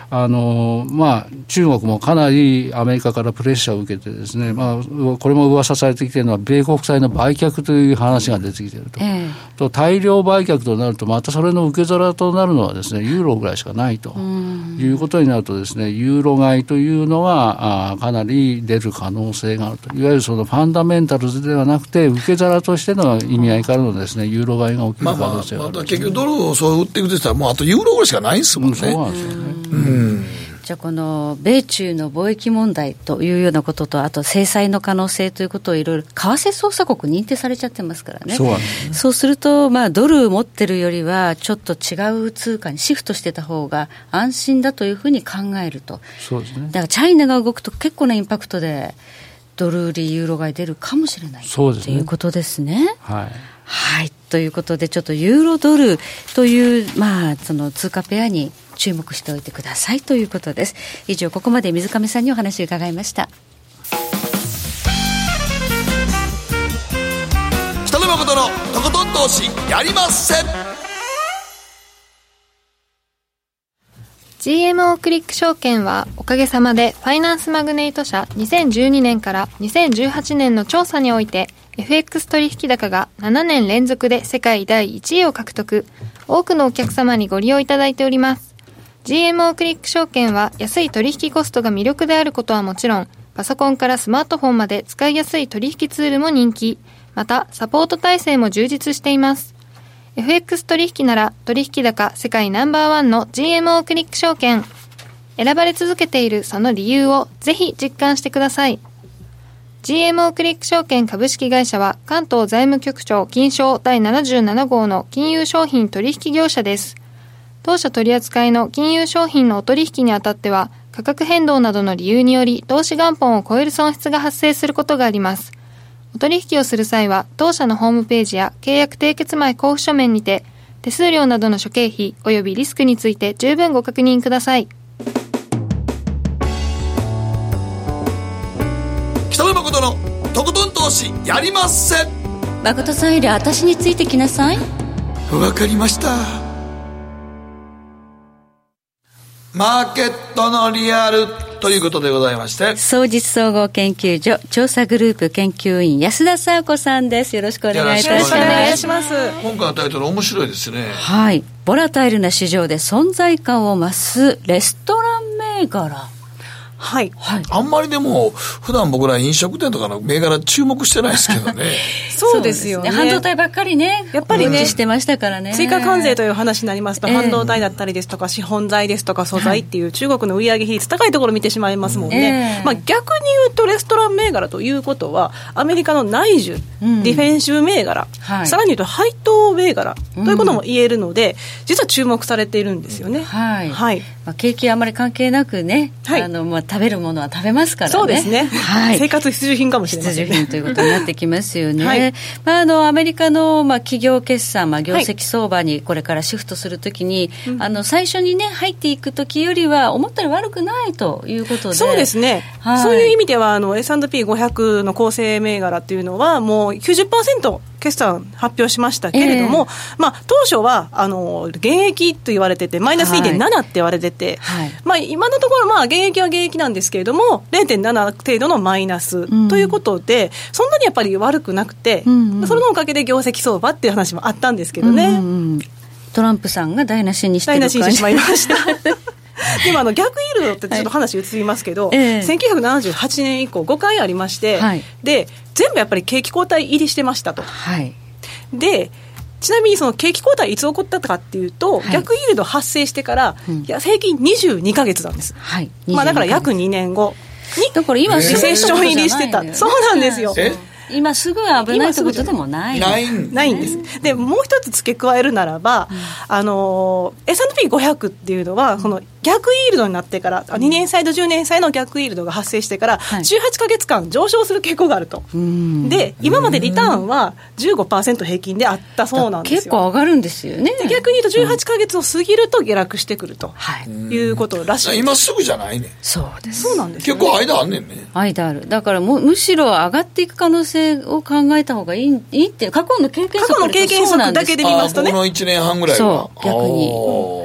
D: あの、まあ、中国もかなりアメリカからプレッシャーを受けてですね、まあ、これも噂されてきているのは米国債の売却という話が出てきていると、えー、と大量売却となるとまたそれの受け皿となるのはですねユーロぐらいしかないということになるとですねユーロ買いというのはあかなり出る可能性があると、いわゆるそのファンダメンタルズではなくて受け皿としての意味合いからのですねユーロ買いが起きる可能性がある、まあまあ、結
B: 局ドルをそう売っていくとしたらもうあとユーロぐらいしかないんですもんね、うん、そうなんですよね、うん
C: じゃあこの米中の貿易問題というようなこととあと制裁の可能性ということをいろいろ為替操作国認定されちゃってますからね。
D: そうなんですね。
C: そうすると、まあ、ドルを持ってるよりはちょっと違う通貨にシフトしてた方が安心だというふうに考えると。
D: そうですね。
C: だからチャイナが動くと結構なインパクトでドル売りユーロ買い出るかもしれない
D: そうですね
C: ということですね。
D: はい
C: はい、ということでちょっとユーロドルという、まあ、その通貨ペアに注目しておいてくださいということです。以上ここまで水上さんにお話を伺いました。
B: 北野誠のとことん投資やりません。
A: ジーエムオー クリック証券はおかげさまでファイナンスマグネイト社にせんじゅうにねんからにせんじゅうはちねんの調査において エフエックス 取引高がななねん連続で世界だいいちいを獲得、多くのお客様にご利用いただいております。ジーエムオー クリック証券は安い取引コストが魅力であることはもちろん、パソコンからスマートフォンまで使いやすい取引ツールも人気、またサポート体制も充実しています。エフエックス 取引なら取引高世界ナンバーワンの ジーエムオー クリック証券。選ばれ続けているその理由をぜひ実感してください。ジーエムオー クリック証券株式会社は関東財務局長金商だいななじゅうなな号の金融商品取引業者です。当社取扱いの金融商品のお取引にあたっては価格変動などの理由により投資元本を超える損失が発生することがあります。お取引をする際は当社のホームページや契約締結前交付書面にて手数料などの諸経費及びリスクについて十分ご確認ください。
B: 北野誠のとことん投資やりません。
C: 誠さんより私についてきなさい。
B: わかりました。マーケットのリアルということでございまして、
C: 双日総合研究所調査グループ研究員安田佐和子さんです。よろしくお願いいたします。
A: よろしくお願いします。
B: 今回のタイトル面白いですね。
C: はい、ボラタイルな市場で存在感を増すレストラン銘柄。
J: はい、
B: はい、あんまりでも普段僕ら飲食店とかの銘柄注目してないですけどね
J: そうですよね。
C: 半導体ばっかりね
J: やっぱりね
C: してましたからね。
J: 追加関税という話になりますと、えー、半導体だったりですとか資本材ですとか素材っていう中国の売上比率高いところを見てしまいますもんね、えーまあ、逆に言うとレストラン銘柄ということはアメリカの内需、うん、ディフェンシブ銘柄、はい、さらに言うと配当銘柄ということも言えるので、うん、実は注目されているんですよね、
C: はいはいまあ、景気はあまり関係なくね、はいあのまあ、食べるものは食べますからね。
J: そうですね、はい、生活必需品かもしれませんね。
C: 必需品ということになってきますよね、はいまあ、あのアメリカの、まあ、企業決算、まあ、業績相場にこれからシフトするときに、はい、あの最初にね入っていくときよりは思ったより悪くないということで。
J: そうですね、はい、そういう意味ではあの エスアンドピーごひゃく の構成銘柄っていうのはもう きゅうじゅっパーセント決算発表しましたけれども、えーまあ、当初はあの減益と言われててマイナス にてんなな って言われてて、はいまあ、今のところまあ減益は減益なんですけれども れいてんなな 程度のマイナスということで、うん、そんなにやっぱり悪くなくて、うんうん、それのおかげで業績相場っていう話もあったんですけどね、うんうん、
C: トランプさんが台無しにしてる
J: 台無しにしてしまいましたでもあの逆イールドってちょっと話移りますけど、はいえー、せんきゅうひゃくななじゅうはちねん以降ごかいありまして、はい、で全部やっぱり景気後退入りしてましたと、はい、でちなみにその景気後退いつ起こったかっていうと、はい、逆イールド発生してから、うん、いや平均にじゅうにかげつなんです、はいまあ、だから約にねんごに
C: だから今
J: リセッション入りしてた、そうなんですよ。
C: え今すぐ危ないということでもない
J: ないないんです。でもう一つ付け加えるならば、うん、あの エスアンドピーごひゃく っていうのは、うん、その逆イールドになってから、うん、にねん債とじゅうねん債の逆イールドが発生してから、はい、じゅうはちかげつかん上昇する傾向があると。で今までリターンは じゅうごパーセント 平均であったそうなんですよ。
C: 結構上がるんですよね。
J: で逆に言うとじゅうはちかげつを過ぎると下落してくると、うん、いうことらしいです。
B: 今すぐじゃないね。
C: そうです。
J: そうなんですよ、ね、
B: 結構間あんねんね。
C: 間ある。だからもむしろ上がっていく可能性を考えた方がいい、いいって過去の経験則
J: 過去の経験則だけで見ますとね、
B: このいちねんはんぐらいは
C: そう逆に、うん、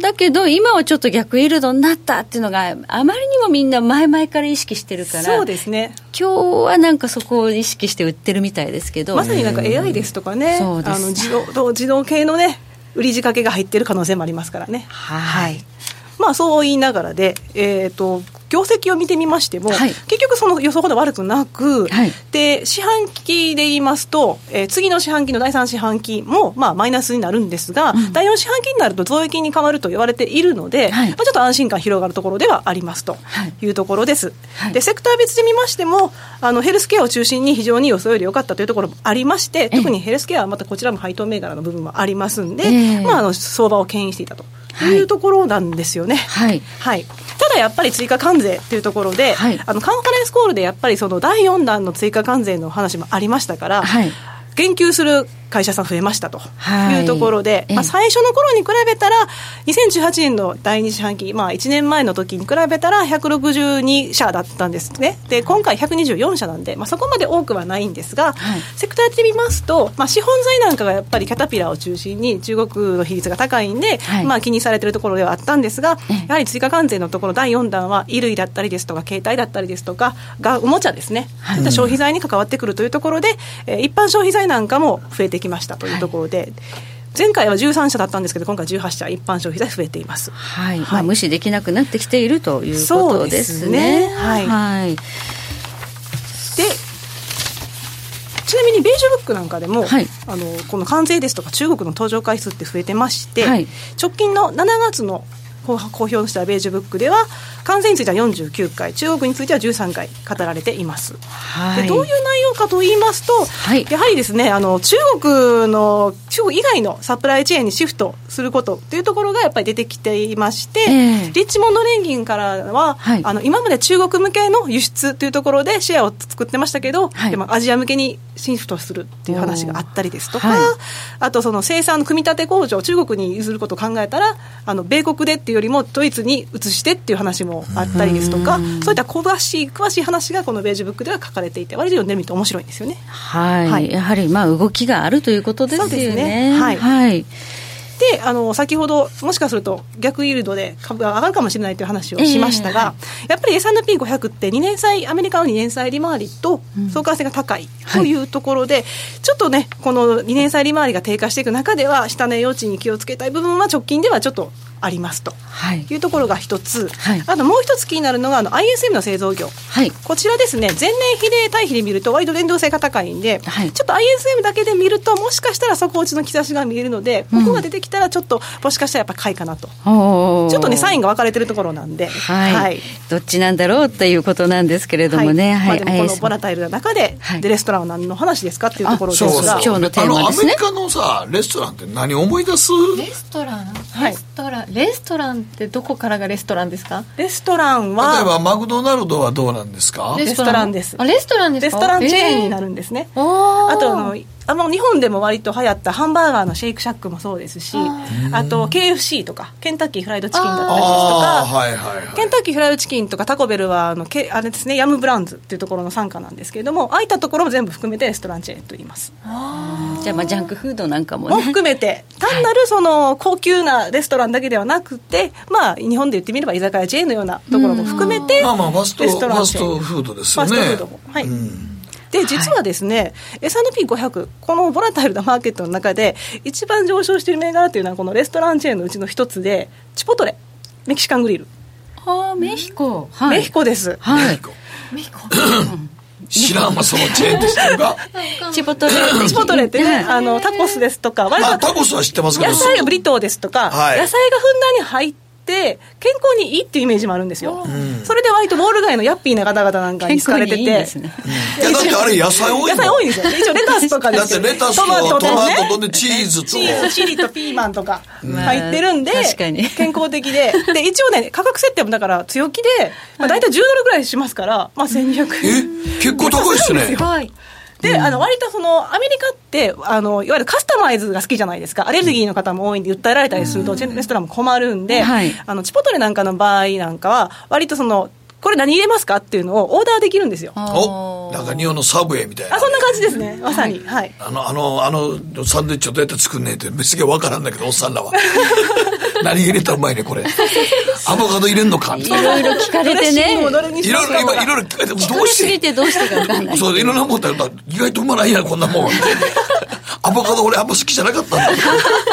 C: だけど今はちょっと逆イールドになったっていうのがあまりにもみんな前々から意識してるから、
J: そうですね、
C: 今日はなんかそこを意識して売ってるみたいですけど、
J: まさになんか エーアイ ですとかね、
C: そうです、
J: あの自動自動系のね売り仕掛けが入ってる可能性もありますからね。
C: はい、
J: はい、まあそう言いながらで、えーと業績を見てみましても、はい、結局その予想ほど悪くなく、はい、で四半期で言いますと、えー、次の四半期のだいさん四半期も、まあ、マイナスになるんですが、うん、だいよん四半期になると増益に変わると言われているので、はい、まあ、ちょっと安心感広がるところではありますというところです、はい、でセクター別で見ましてもあのヘルスケアを中心に非常に予想より良かったというところもありまして、特にヘルスケアはまたこちらも配当銘柄の部分もありますんで、えーまあ、あの相場を牽引していたというところなんですよね。はい、はい、ただやっぱり追加関税というところで、はい、あのカンファレンスコールでやっぱりそのだいよんだんの追加関税の話もありましたから、はい、言及する会社さん増えましたというところで、はい、まあ、最初の頃に比べたらにせんじゅうはちねんのだいに四半期、まあ、いちねんまえの時に比べたらひゃくろくじゅうにしゃだったんですね。で今回ひゃくにじゅうよんしゃなんで、まあ、そこまで多くはないんですが、はい、セクターで見ますと、まあ、資本財なんかがやっぱりキャタピラーを中心に中国の比率が高いんで、はい、まあ、気にされているところではあったんですが、やはり追加関税のところだいよんだんは衣類だったりですとか携帯だったりですとかがおもちゃですね、はい、消費財に関わってくるというところで、えー、一般消費財なんかも増えてきましたというところで、はい、前回はじゅうさんしゃだったんですけど今回じゅうはっしゃ一般消費財増えています。
C: はい、はい、まあ、無視できなくなってきているということですね。そうですね、はい、はい、でちなみにベージュブックなんかでも、はい、あのこの関税ですとか中国の登場回数って増えてまして、はい、直近のしちがつの公表したベージュブックでは関税についてはよんじゅうきゅっかい、中国についてはじゅうさんかい語られています、はい、でどういう内容かと言いますと、はい、やはりですね、あの中国の中国以外のサプライチェーンにシフトすることというところがやっぱり出てきていまして、えー、リッチモンド連銀からは、はい、あの今まで中国向けの輸出というところでシェアを作ってましたけど、はい、でもアジア向けにシフトするっていう話があったりですとか、はい、あとその生産の組み立て工場を中国に譲ることを考えたらあの米国でっていうよりもドイツに移してっていう話もあったりですとか、そういった詳しい詳しい話がこのベージュブックでは書かれていて割と読んでみると面白いんですよね。はい、はい、やはりまあ動きがあるということですよね。そうですね、はい、はい、
J: であの先ほどもしかすると逆イールドで株が上がるかもしれないという話をしましたが、えーはい、やっぱり エスアンドピーごひゃく ってにねん債アメリカのにねん債利回りと相関性が高いというところで、うん、はい、ちょっとねこのにねん債利回りが低下していく中では下値余地に気をつけたい部分は直近ではちょっとありますというところが一つ、はい、あともう一つ気になるのがあの アイエスエム の製造業、はい、こちらですね、前年比で対比で見ると割と連動性が高いんで、はい、ちょっと アイエスエム だけで見るともしかしたら底落ちの兆しが見えるので、ここが出てきたらちょっともしかしたらやっぱ買いかなと、うん、ちょっとねサインが分かれてるところなんで、
C: はいはい、どっちなんだろうということなんですけれどもね、
J: はい、まあ、でもこのボラタイルな中で、はい、でレストランは何の話ですかっていうところですが、
C: そう今日のテーマですね。
B: あのアメリカのさレストランって何思い出す？
A: レストランレストラン、はい、レストランってどこからがレストランですか？
J: レストランは
B: 例えばマクドナルドはどうなんですか？
J: レストランです。
A: あ、レストランですか？
J: レストランチェーンになるんですね、えー、あとあのあの日本でも割と流行ったハンバーガーのシェイクシャックもそうですし、 あ, あと ケーエフシー とかケンタッキーフライドチキンだったりですとか、はいはいはい、ケンタッキーフライドチキンとかタコベルはあのけあれですね、ヤムブランズっていうところの傘下なんですけれども、ああいったところも全部含めてレストランチェーンと言います。
C: あ、じゃあまあジャンクフードなんかもね
J: も含めて単なるその高級なレストランだけではなくて、まあ日本で言ってみれば居酒屋チェーンのようなところも含めて、
B: まあまあファストファストフードですよね。
J: ファストフードも、はい、うん、で実はですね、はい、エスアンドピーごひゃく このボラタイルなマーケットの中で一番上昇している銘柄というのはこのレストランチェーンのうちの一つでチポトレメキシカングリル。
C: ああ、メヒコ、
J: はい、メヒコです、
C: はい、
B: メヒコメヒコ知らんわそのチェーンですとか
C: チポトレ
J: チポトレってね、あのタコスですとか、
B: まあ、タコスは知ってますけど
J: 野菜ブリトーですとか、はい、野菜がふんだんに入ってで健康にいいっていうイメージもあるんですよ、うん、それで割とウォール街のヤッピーな方々なんかに好かれてて、いいですね、
B: うん、いやだってあれ野菜多いの？
J: 野菜多いんですよ。一応レタスとかですよ。
B: だってレタスとトマトと、ね、トマトとチーズと
J: チーズチリとピーマンとか入ってるんで、
C: まあ、確かに
J: 健康的でで一応ね価格設定もだから強気で、まあ、大体じゅうドルぐらいしますから、まあ、せんにひゃくえん
B: え結構高いですね。
J: はいで、うん、あの割とそのアメリカってあのいわゆるカスタマイズが好きじゃないですか。アレルギーの方も多いんで訴えられたりすると、うん、チェーンレストランも困るんで、はい、あのチポトレなんかの場合なんかは割とそのこれ何入れますかっていうのをオーダーできるんですよ。
B: お、なんか日本のサブウェイみたいな。
J: あ、そんな感じですね、まさに、はい、
B: あのあのあのサンドイッチをどうやって作んねえって別に分からんだけどおっさんらは何入れたらうまいねこれアボカド入れんのか
C: いろいろ聞かれてね
B: いろいろ今いろいろ聞かれてどうして
C: すぎてどうしてか分かんない
B: そういろんなもんだったら意外とうまないやこんなもんアボカド俺あんま好きじゃなかったんだど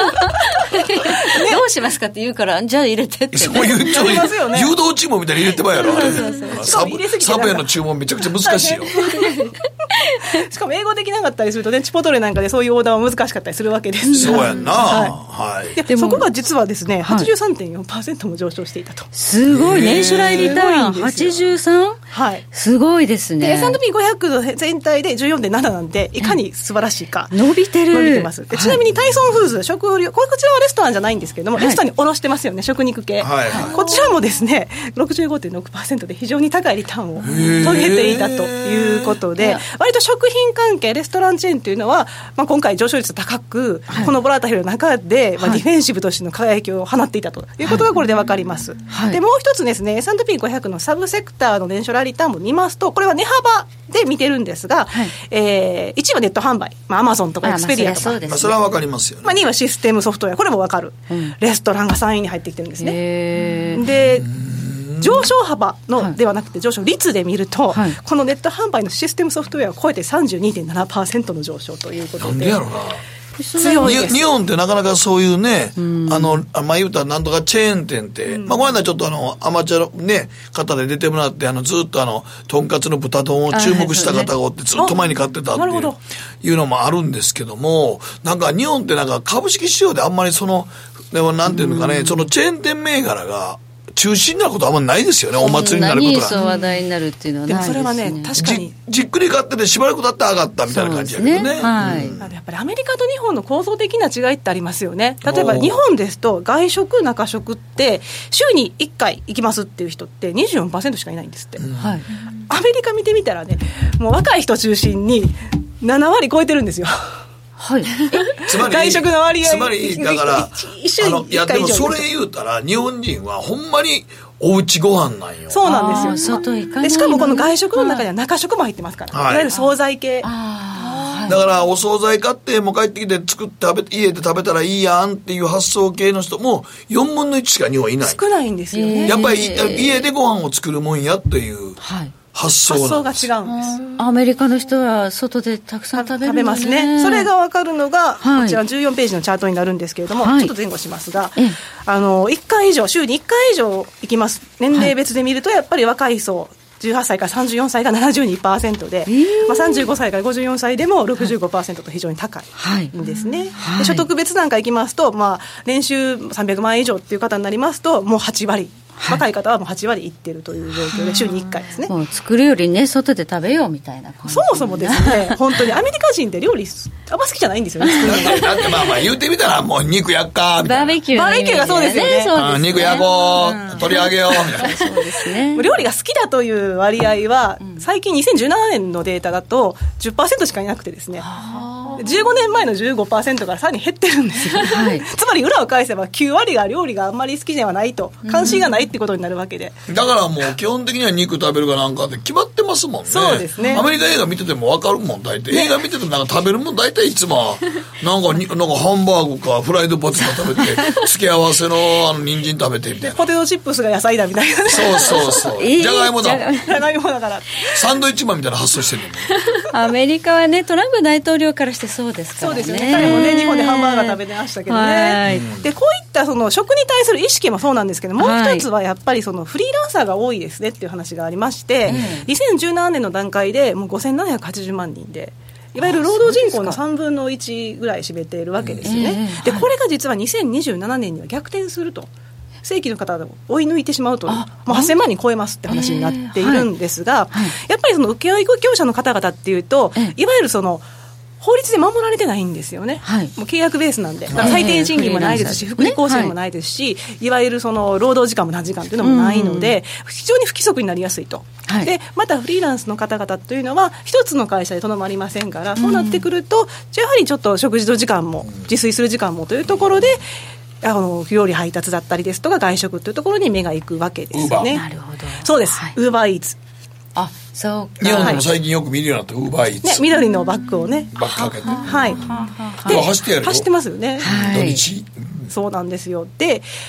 C: うしますかって言うからじゃあ入れてって、ね、
B: そういうちょっと誘導注文みたいに入れてまえやろあれサブサブへの注文めちゃくちゃ難しいよ
J: しかも英語できなかったりするとねチポトレなんかでそういうオーダーは難しかったりするわけです
B: そうやんな、
J: はい
B: はい、
J: ででそこが実はですね はちじゅうさんてんよんパーセント も上昇していたと
C: すごい年初来リターン はちじゅうさん?
J: はい
C: すごいですね。
J: で エスアンドピーごひゃく の全体で じゅうよんてんなな なんでいかに素晴らしいか、
C: うん、伸びてる
J: 伸びてますでちなみにタイソンフーズ食料こちらはレストランじゃないんですけども、はい、レストランに卸してますよね食肉系、はいはい、こちらもですね ろくじゅうごてんろくパーセント で非常に高いリターンを遂げていたということで割と食品関係レストランチェーンというのは、まあ、今回上昇率高く、はい、このボラタイルの中で、まあ、ディフェンシブとしての輝きを放っていたということがこれで分かります、はい、でもう一つですね エスアンドピーごひゃく のサブセクターの年初来リターンも見ますとこれは値幅で見てるんですが、はいえー、いちいはネット販売、まあ、アマゾンとかエクスペリアとか、
B: まあ そ, ねまあ、それは分かりますよね、
J: まあ、にいはシステムソフトウェアこれも分かる、うん、レストランがさんいに入ってきてるんですねで上昇幅のではなくて上昇率で見ると、はい、このネット販売のシステムソフトウェアを超えて さんじゅうにてんななパーセント の上昇ということで
B: なんでやろな
J: 強いです。
B: 日本ってなかなかそういうね、うん、あの、まあ、言うたらなんとかチェーン店って、うん、まあ、この間ちょっとあの、アマチュアのね、方で出てもらって、あの、ずっとあの、とんかつの豚丼を注目した方がおって、ずっと前に買ってたっていう、いうのもあるんですけども、なんか日本ってなんか株式市場であんまりその、でもなんていうのかね、うん、そのチェーン店銘柄が、中心になることはあんまないですよね、お祭りになることは。
C: そう話題になるっていうのはないですね。
J: でもそれはね、確かに
B: じ, じっくり買っててしばらく経って上がったみたいな感じやけどね。そうですね、はい、
J: うん、やっぱりアメリカと日本の構造的な違いってありますよね。例えば日本ですと外食中食って週にいっかい行きますっていう人って にじゅうよんパーセント しかいないんですって、うん、はい、アメリカ見てみたらね、もう若い人中心にななわり超えてるんですよ。はい、
B: つまり
J: 外食の割合
B: つまりだから
J: 一週にいっかい以上。
B: いやでもそれ言うたら日本人はほんまにおうちご飯なんよ。
J: そうなんですよ。
C: 外行かないの。
J: でしかもこの外食の中には中食も入ってますから、はい、いわゆる惣菜系。
B: あ、だからお惣菜買ってもう帰ってきて作って食べ家で食べたらいいやんっていう発想系の人もよんぶんのいちしか日本いない。
J: 少ないんですよね。
B: やっぱり家でご飯を作るもんやっていう、はい、発想
J: 発想が違うんです。
C: アメリカの人は外でたくさん食べるんですね。
J: 食べますね。それが分かるのが、はい、こちらじゅうよんページのチャートになるんですけれども、はい、ちょっと前後しますが、あのいっかい以上週にいっかい以上行きます。年齢別で見るとやっぱり若い層じゅうはっさいからさんじゅうよんさいが ななじゅうにパーセント で、えーまあ、さんじゅうごさいからごじゅうよんさいでも ろくじゅうごパーセント と非常に高いんですね、はいはい、で所得別なんか行きますと、まあ、年収さんびゃくまんえん以上っていう方になりますともうはちわり、はい、若い方はもうはちわりいってるという状況で週にいっかいですね。
C: もう作るよりね外で食べようみたいな感じ。
J: そもそもですね本当にアメリカ人って料理あんま好きじゃないんですよね。
B: だってまあまあ言うてみたらもう肉焼っかみたいな。
C: バーベキュー
J: バーベキューがそうですよね。
C: そうですね、
B: 肉焼こう、うん、取り上げようみたいな。
C: そうですね。
J: 料理が好きだという割合は、うん、最近にせんじゅうななねんのデータだと じゅっパーセント しかいなくてですね、じゅうごねんまえの じゅうごパーセント からさらに減ってるんですよ、はい、つまり裏を返せばきゅうわりが料理があんまり好きではないと、関心がないってことになるわけで、
B: だからもう基本的には肉食べるかなんかって決まってますもんね。
J: そうですね。
B: アメリカ映画見てても分かるもん大体、ね、映画見ててもなんか食べるもん大体いつもなんかになんかハンバーグかフライドポテト食べて付け合わせのあの人参食べてみたいな。
J: ポテトチップスが野菜だみたいな、ね、
B: そうそうそう、じゃがいもだ
J: じゃがいもだから
B: サンドイッチマンみたいな発想してる
C: のアメリカはねトランプ大統領からしてそうですからね。
J: そうですよね。彼もね日本でハンバーガー食べてましたけどね。でこういったその食に対する意識もそうなんですけど、もう一つはやっぱりそのフリーランサーが多いですねっていう話がありまして、うん、にせんじゅうななねんの段階でもうごせんななひゃくはちじゅうまんにんで、いわゆる労働人口のさんぶんのいちぐらい占めているわけですよね、えー、でこれが実はにせんにじゅうななねんには逆転すると、正規の方を追い抜いてしまうともうはっせんまんにん超えますって話になっているんですが、えーはい、やっぱりその請負業者の方々っていうと、えー、いわゆるその法律で守られてないんですよね、はい、もう契約ベースなんで、だから最低賃金もないですし、福利厚生もないですし、いわゆるその労働時間も何時間というのもないので、非常に不規則になりやすいと、はい、でまたフリーランスの方々というのは一つの会社でとどまりませんから、そうなってくるとやはりちょっと食事の時間も自炊する時間もというところで、あの料理配達だったりですとか外食というところに目が行くわけですよね。
C: なるほど。
J: そうです、ウーバーイーツ、
C: あ、そうか。
B: 日本でも最近よく見るようになったウーバーイーツ、
J: ね、緑のバッグをね
B: バッグかけて、
J: はい、
B: で走ってやるよ、
J: 走ってますよね、
B: はい、土日、
J: そうなんですよ。で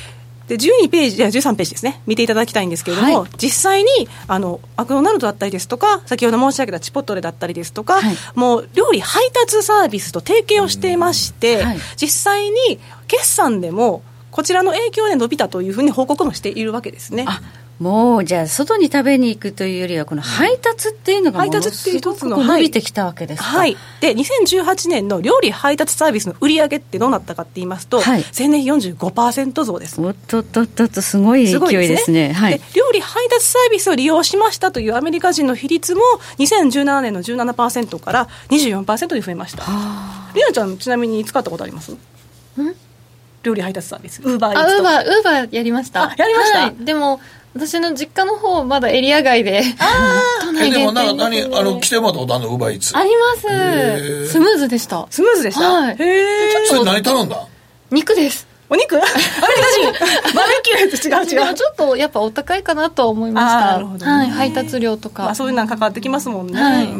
J: でじゅうにページ、いやじゅうさんページですね、見ていただきたいんですけれども、はい、実際にあのマクドナルドだったりですとか、先ほど申し上げたチポットレだったりですとか、はい、もう料理配達サービスと提携をしていまして、はい、実際に決算でもこちらの影響で伸びたというふうに報告もしているわけですね。
C: あ、もうじゃあ外に食べに行くというよりはこの配達っていうのがものすごく伸びてきたわけですか。
J: はい、でにせんじゅうはちねんの料理配達サービスの売上ってどうなったかって言いますと、はい、前年 よんじゅうごパーセント 増です。
C: おっとっとっとっと、すごい勢いですね。はい、
J: で料理配達サービスを利用しましたというアメリカ人の比率もにせんじゅうななねんの じゅうななパーセント から にじゅうよんパーセント に増えました。りなちゃんちなみに使ったことあります？ん料理配達サービス、ウーバーイーツとか。
A: あ、ウーバー、ウーバーやりました。
J: あ、やりました、はい、
A: でも私の実家の方まだエリア外で
B: 都内限定、でもなんか何あの来てもらったことあるの？ウーバーイーツ
A: あります。スムーズでした。
J: スムーズでした、はい、へ
B: え。それ何頼んだ？
A: 肉です。
J: お肉？アメリカ人バーベキューと違う違う。
A: でもちょっとやっぱお高いかなと思いました。なるほど、ね、はい、配達料とか、
J: まあ、そういうの関わってきますもんね、はい、うん、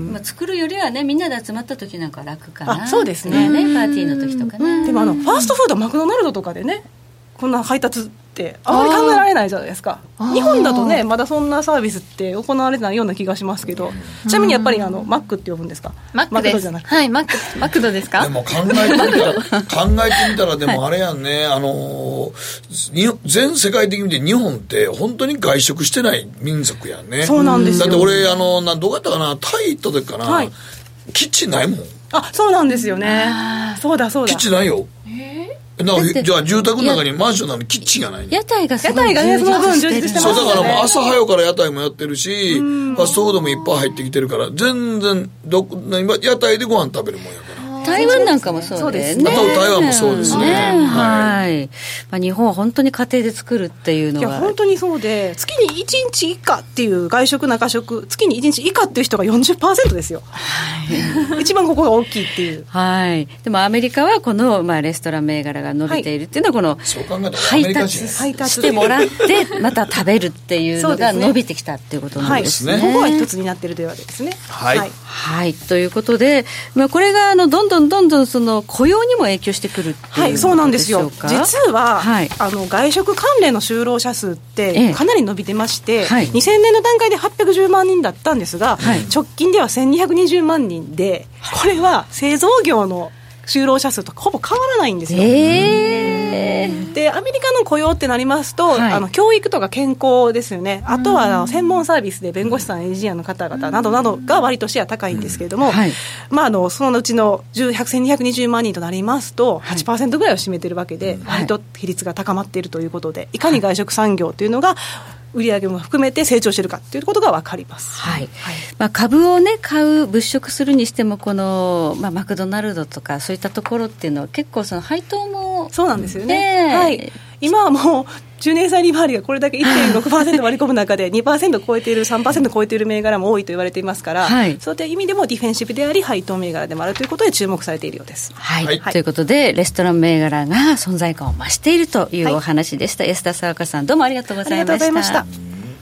C: まあ、作るよりはね、みんなで集まった時なんか楽かな。
J: あ、そうですね、
C: ね、パーティーの時とかね。
J: でもあのファーストフードマクドナルドとかでね、こんな配達ってあまり考えられないじゃないですか。日本だとね、まだそんなサービスって行われてないような気がしますけど、ちなみにやっぱりあのマックって呼ぶんですか？
A: マックです。マクドじゃなくて、はい、マック、マクドですか？
B: でも考えてみたら考えてみたらでもあれやんね、はい、あの全世界的に見て日本って本当に外食してない民族やんね。
J: そうなんですよ。
B: だって俺あのどうやったかな、タイ行った時かな、はい、キッチンないもん。
J: あ、そうなんですよね。そうだそうだ。
B: キッチンないよ。えーなんかじゃあ住宅の中にマンションなのにキッチンがないの。
C: 屋台がすごい
J: 屋台がね、その分充実してますね。
B: そうだからもう朝早から屋台もやってるし、ファストフードもいっぱい入ってきてるから全然ど屋台でご飯食べるもんやから。
C: 台湾なんかもそうですね。
B: 台湾もそうですね。
C: はい。まあ日本は本当に家庭で作るっていうのは。
J: いや本当にそうで、月にいちにち以下っていう外食中食、月にいちにち以下っていう人が よんじゅっパーセント ですよ。はい。一番ここが大きいっていう。
C: はい。でもアメリカはこのまあレストラン銘柄が伸びているっていうのはこの配達してもらってまた食べるっていうのが伸びてきたっていうことなんですね。
J: はい。ここは一つになってるというわけですね。
B: はい。はい。
C: はい、ということで、まあこれがあのどんどんどんどんその雇用にも影響してくるっていうことでしょうか。はい、そうなんですよ。
J: 実は、はい、あの外食関連の就労者数ってかなり伸びてまして、ええ、はい、にせんねんの段階ではっぴゃくじゅうまんにんだったんですが、はい、直近ではせんにひゃくにじゅうまんにんで、これは製造業の就労者数とほぼ変わらないんですよ。えー、でアメリカの雇用ってなりますと、はい、あの教育とか健康ですよね。あとはあの専門サービスで弁護士さんエンジニアの方々などなどが割とシェア高いんですけれども、はい、まあ、あのそのうちのせんにひゃくにじゅうまんにんとなりますと はちパーセント ぐらいを占めてるわけで、はい、割と比率が高まっているということで、いかに外食産業というのが売上も含めて成長しているかということが分かります。
C: はい。はい、まあ、株をね買う物色するにしてもこの、まあ、マクドナルドとかそういったところっていうのは結構その配当も
J: そうなんですよね。はい。今はもうじゅうねん債利回りがこれだけ いってんろくパーセント 割り込む中で にパーセント 超えている さんパーセント 超えている銘柄も多いと言われていますから、はい、そういった意味でもディフェンシブであり配当銘柄でもあるということで注目されているようです。
C: はい。はい、ということでレストラン銘柄が存在感を増しているというお話でした。はい、安田沙香さんどうもありがとうございました。ありがとうございました。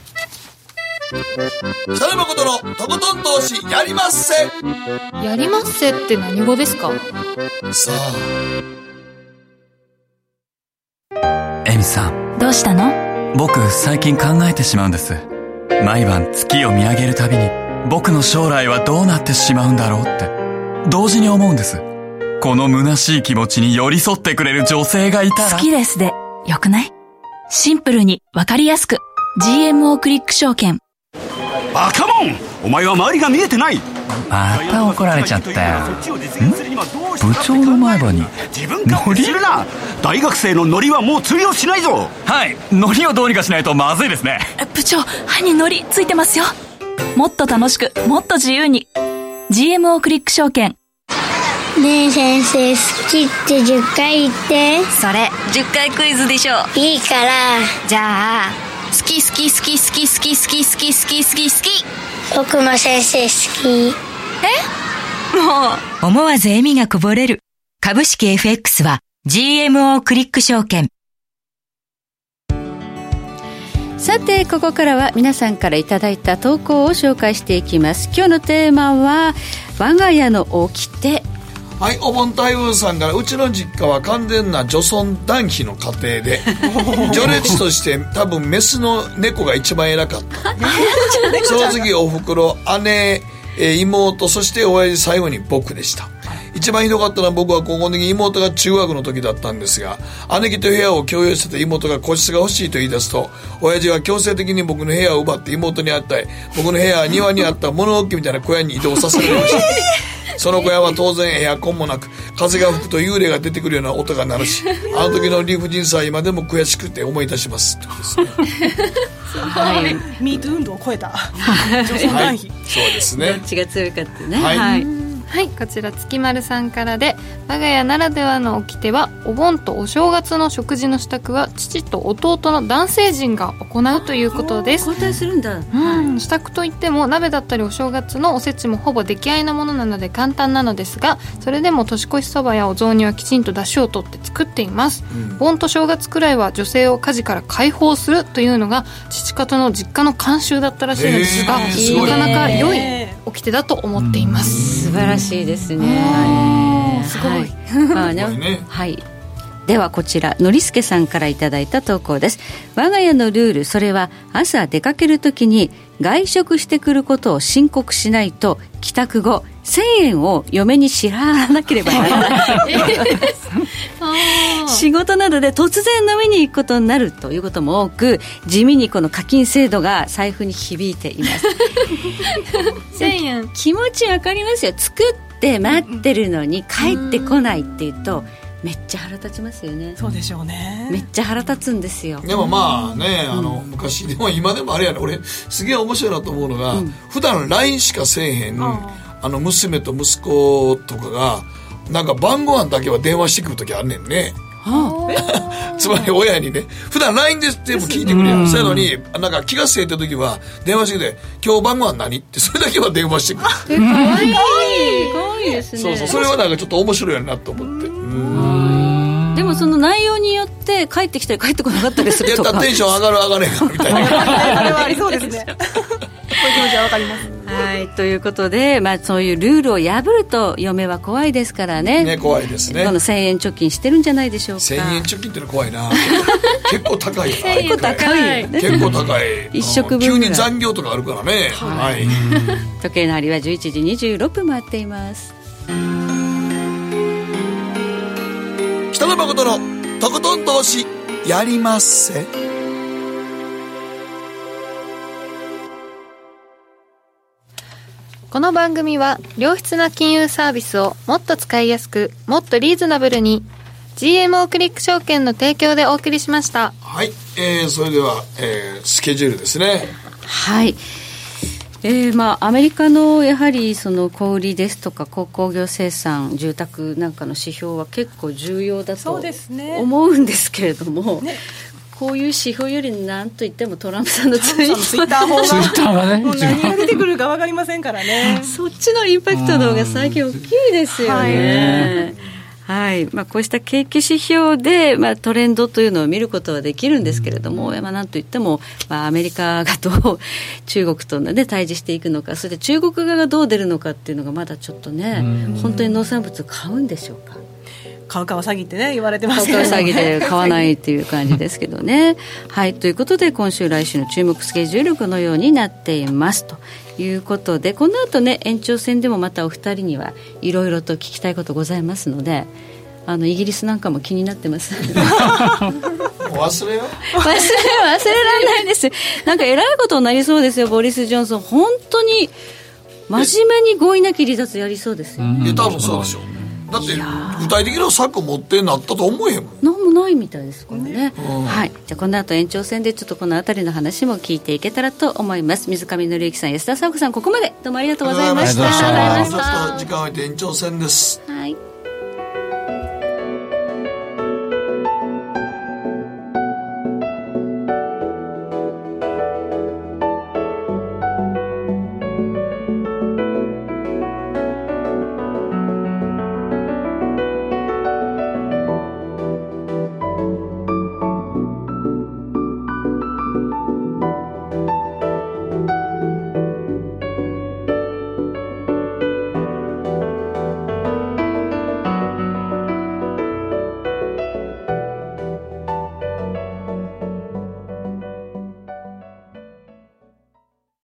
B: 北野誠のとことん投資やりまっせ。
A: やりまっせって何語ですか？
B: さ
H: あエミさん、
G: どうしたの？
H: 僕最近考えてしまうんです。毎晩月を見上げるたびに僕の将来はどうなってしまうんだろうって同時に思うんです。この虚しい気持ちに寄り添ってくれる女性がいたら。
G: 好きですでよくない？シンプルにわかりやすく ジーエムオー クリック証券。
K: バカモン、お前は周りが見えてない。
H: また怒られちゃったよ。ん？部長の前歯にノリ？
K: 大学生のノリはもう通用しないぞ。
E: はい、ノリをどうにかしないとまずいですね。
G: 部長、歯にノリついてますよ。もっと楽しく、もっと自由に ジーエムオー クリック証券。
I: ねえ先生、好きってじゅっかい言って。
G: それじゅっかいクイズでしょ。
I: いいから。
G: じゃあ好き好き好き好き好き好き好き好き好き好き。
I: 僕も先生好き。
G: え？もう思わず笑みがこぼれる。株式 エフエックス は ジーエムオー クリック証券。
C: さてここからは皆さんからいただいた投稿を紹介していきます。今日のテーマは我が家の掟
B: はい、お盆台風さんから、うちの実家は完全な女尊男卑の家庭で序列として多分メスの猫が一番偉かったその次おふくろ、姉、妹、そして親父、最後に僕でした。一番ひどかったのは僕は高校の時、妹が中学の時だったんですが、姉貴と部屋を共有してて妹が個室が欲しいと言い出すと、親父は強制的に僕の部屋を奪って妹にあったい僕の部屋は庭にあった物置みたいな小屋に移動させられましたその小屋は当然エアコンもなく、風が吹くと幽霊が出てくるような音が鳴るし、あの時の理不尽さは今でも悔しくて思い出しますとですね
J: はい、ミート運動を超えた女尊男卑、
B: そうですね、
C: どっちが強いかってね。
B: はい、
C: はい
A: はい、こちら月丸さんからで、我が家ならではの掟は、お盆とお正月の食事の支度は父と弟の男性陣が行うということです。
C: 交代するんだ、
A: うん、支度といっても鍋だったりお正月のおせちもほぼ出来合いなものなので簡単なのですが、それでも年越しそばやお雑煮はきちんと出汁を取って作っています、うん、盆と正月くらいは女性を家事から解放するというのが父方の実家の慣習だったらしいのですが、えー、なかなか良い掟だと思っています。
C: 素晴らしいですね。
A: すごい、
C: はいまあねはい、ではこちらのりすけさんからいただいた投稿です。我が家のルール、それは朝出かけるときに外食してくることを申告しないと帰宅後せんえんを嫁に支払わなければならない仕事などで突然飲みに行くことになるということも多く、地味にこの課金制度が財布に響いています
A: せんえん
C: 気持ちわかりますよ。作って待ってるのに帰ってこないっていうとめっちゃ腹立ちますよね。
J: そうでしょうね。
C: めっちゃ腹立つんですよ。
B: でもまあね、あの、うん、昔でも今でもあれやね、俺すげえ面白いなと思うのが、うん、普段 ライン しかせえへんああの娘と息子とかがなんか晩ご飯だけは電話してくるときあんねんね。はあ、つまり親にね、普段 ライン で全部聞いてくれる、そういうのになんか気が据えた時は電話してきて、今日晩ご飯何ってそれだけは電話してくる。
C: かわいいかわいいですね。
B: そうそう、それはなんかちょっと面白いなと思って。うん、
C: でもその内容によって帰ってきたり帰ってこなかったりするとか、
B: いやテンション上がる上がれへんみたいなそれ
J: はありそうですねこういう気持ちは分かります。
C: はい、ということで、まあ、そういうルールを破ると嫁は怖いですからね。
B: ね、怖いですね。
C: このせんえん貯金してるんじゃないでしょうか。
B: せんえん貯金っての怖いな結構高い
C: 結構高いよね。
B: 結構高い
C: 一食分
B: 急に残業とかあるからね。はい、はい、
C: 時計の針はじゅういちじにじゅうろっぷん回っています。
B: 北野誠のとことん投資やりまっせ。
A: この番組は良質な金融サービスをもっと使いやすく、もっとリーズナブルに ジーエムオー クリック証券の提供でお送りしました。
B: はい、えー、それでは、えー、スケジュールですね。
C: はい、えーまあ、アメリカのやはりその小売りですとか鉱工業生産、住宅なんかの指標は結構重要だと思うんですけれども、ね、こういう指標より何といってもトランプさんのツイッター
J: 方がもう何が出てくるか分かりませんからね
C: そっちのインパクトの方が最近大きいですよね。はい、まあ、こうした景気指標で、まあ、トレンドというのを見ることはできるんですけれども、まあ、なんといっても、まあ、アメリカがどう中国と、ね、対峙していくのか、それで中国側がどう出るのかっていうのがまだちょっとね、本当に農産物買うんでしょうか。
J: 買うかは詐欺ってね言われてますけど、
C: 買うかは詐欺で買わないっていう感じですけどねはい、ということで今週来週の注目スケジュールこのようになっていますということで、この後ね延長戦でもまたお二人にはいろいろと聞きたいことございますので、あのイギリスなんかも気になってます
B: 忘れよ忘れ
C: 忘れられないです。なんかえらいことになりそうですよ。ボリス・ジョンソン本当に真面目に合意なき離脱やりそうですよ。
B: いや多分そうでしょう。だって具体的な策持ってなったと思えへんもん。
C: 何もないみたいですからね、うん、はい、じゃあこの後延長戦でちょっとこのあたりの話も聞いていけたらと思います。水上紀之さん、安田佐和子さん、ここまでどうもありがとうございました。
B: ありがとうございました。ちょっと時間を置いて延長戦です。
C: はい。